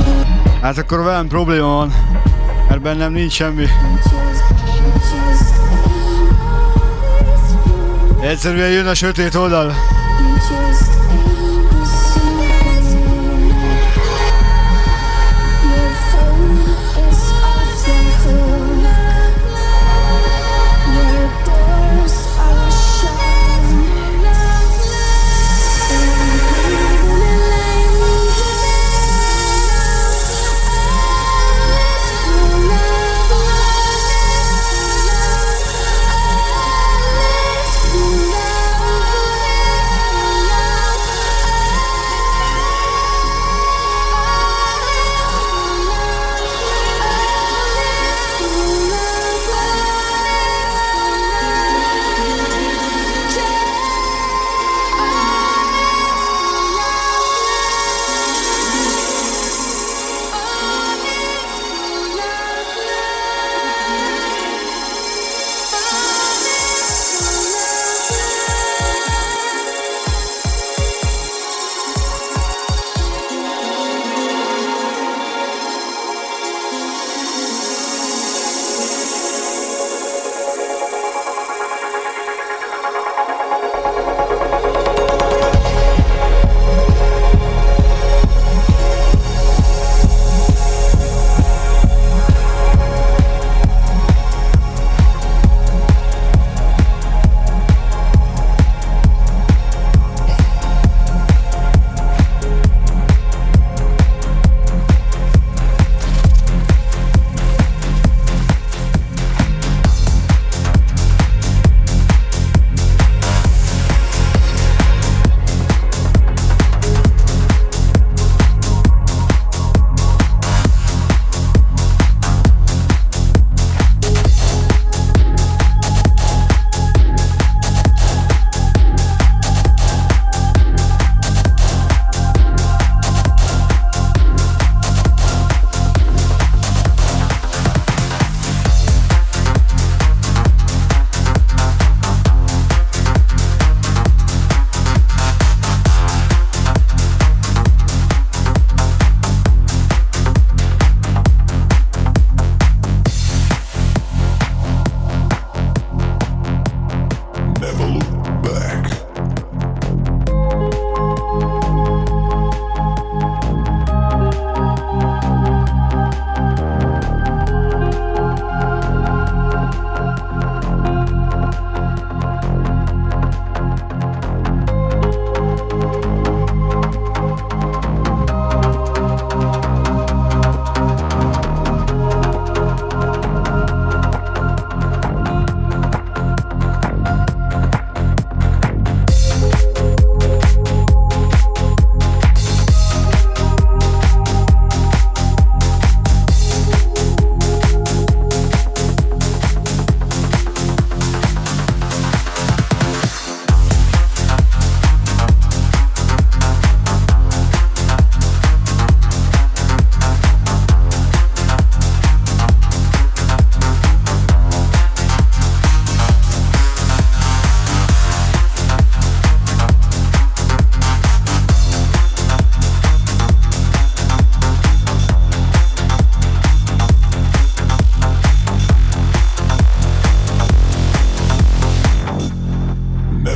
Hát akkor velem probléma van, mert bennem nincs semmi. Egyszerűen jön a sötét oldal.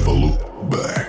Never look back.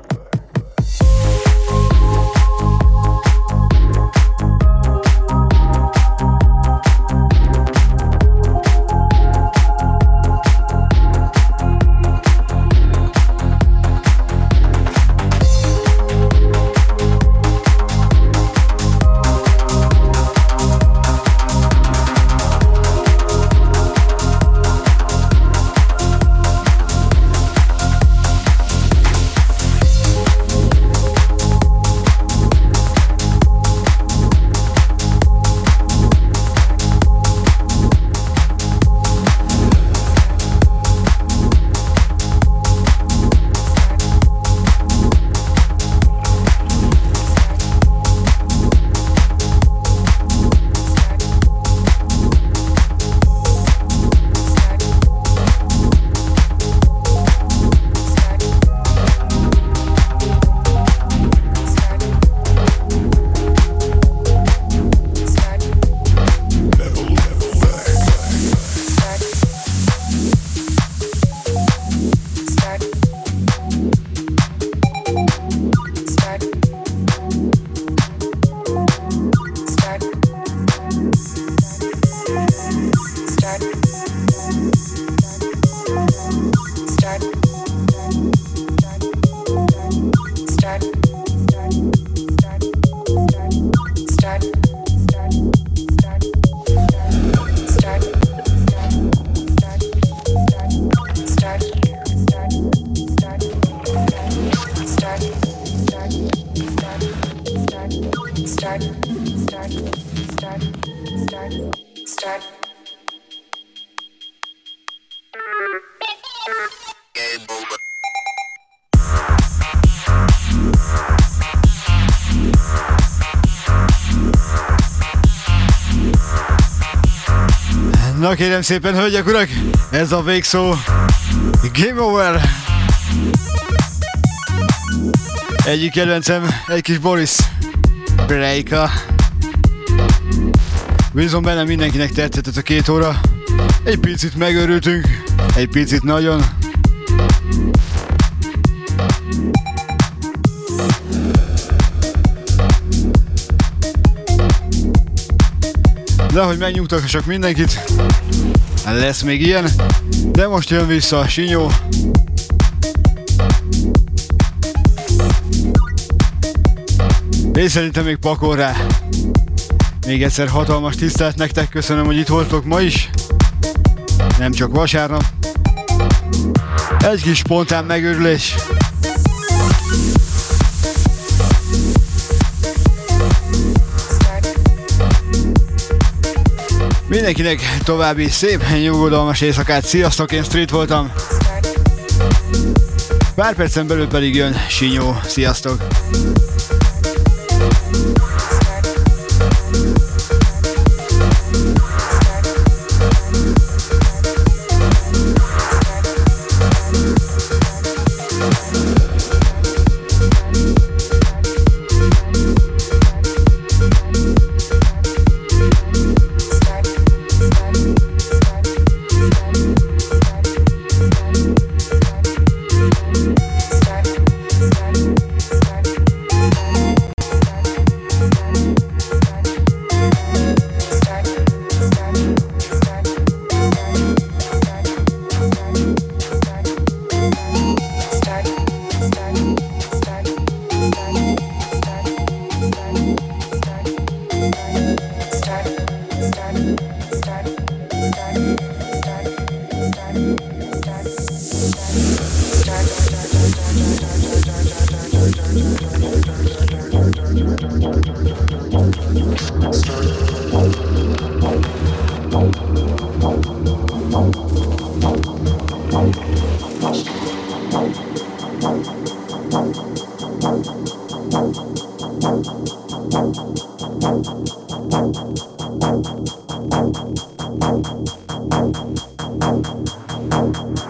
Na kérem szépen, hölgyek, urak, ez a végszó. Game over. Egyik kedvencem, egy kis Boris Brejka. Bízom benne, mindenkinek tetszett ez a két óra. Egy picit megörültünk, egy picit nagyon. De hogy megnyugtassak mindenkit, lesz még ilyen, de most jön vissza a Sinyó. És szerintem még pakol rá. Még egyszer hatalmas tisztelt nektek, köszönöm, hogy itt voltok ma is. Nem csak vasárnap. Egy kis spontán megőrülés. Mindenkinek további szép, nyugodalmas éjszakát. Sziasztok, én Street voltam. Pár percen belül pedig jön Sinyó. Sziasztok! Thank you.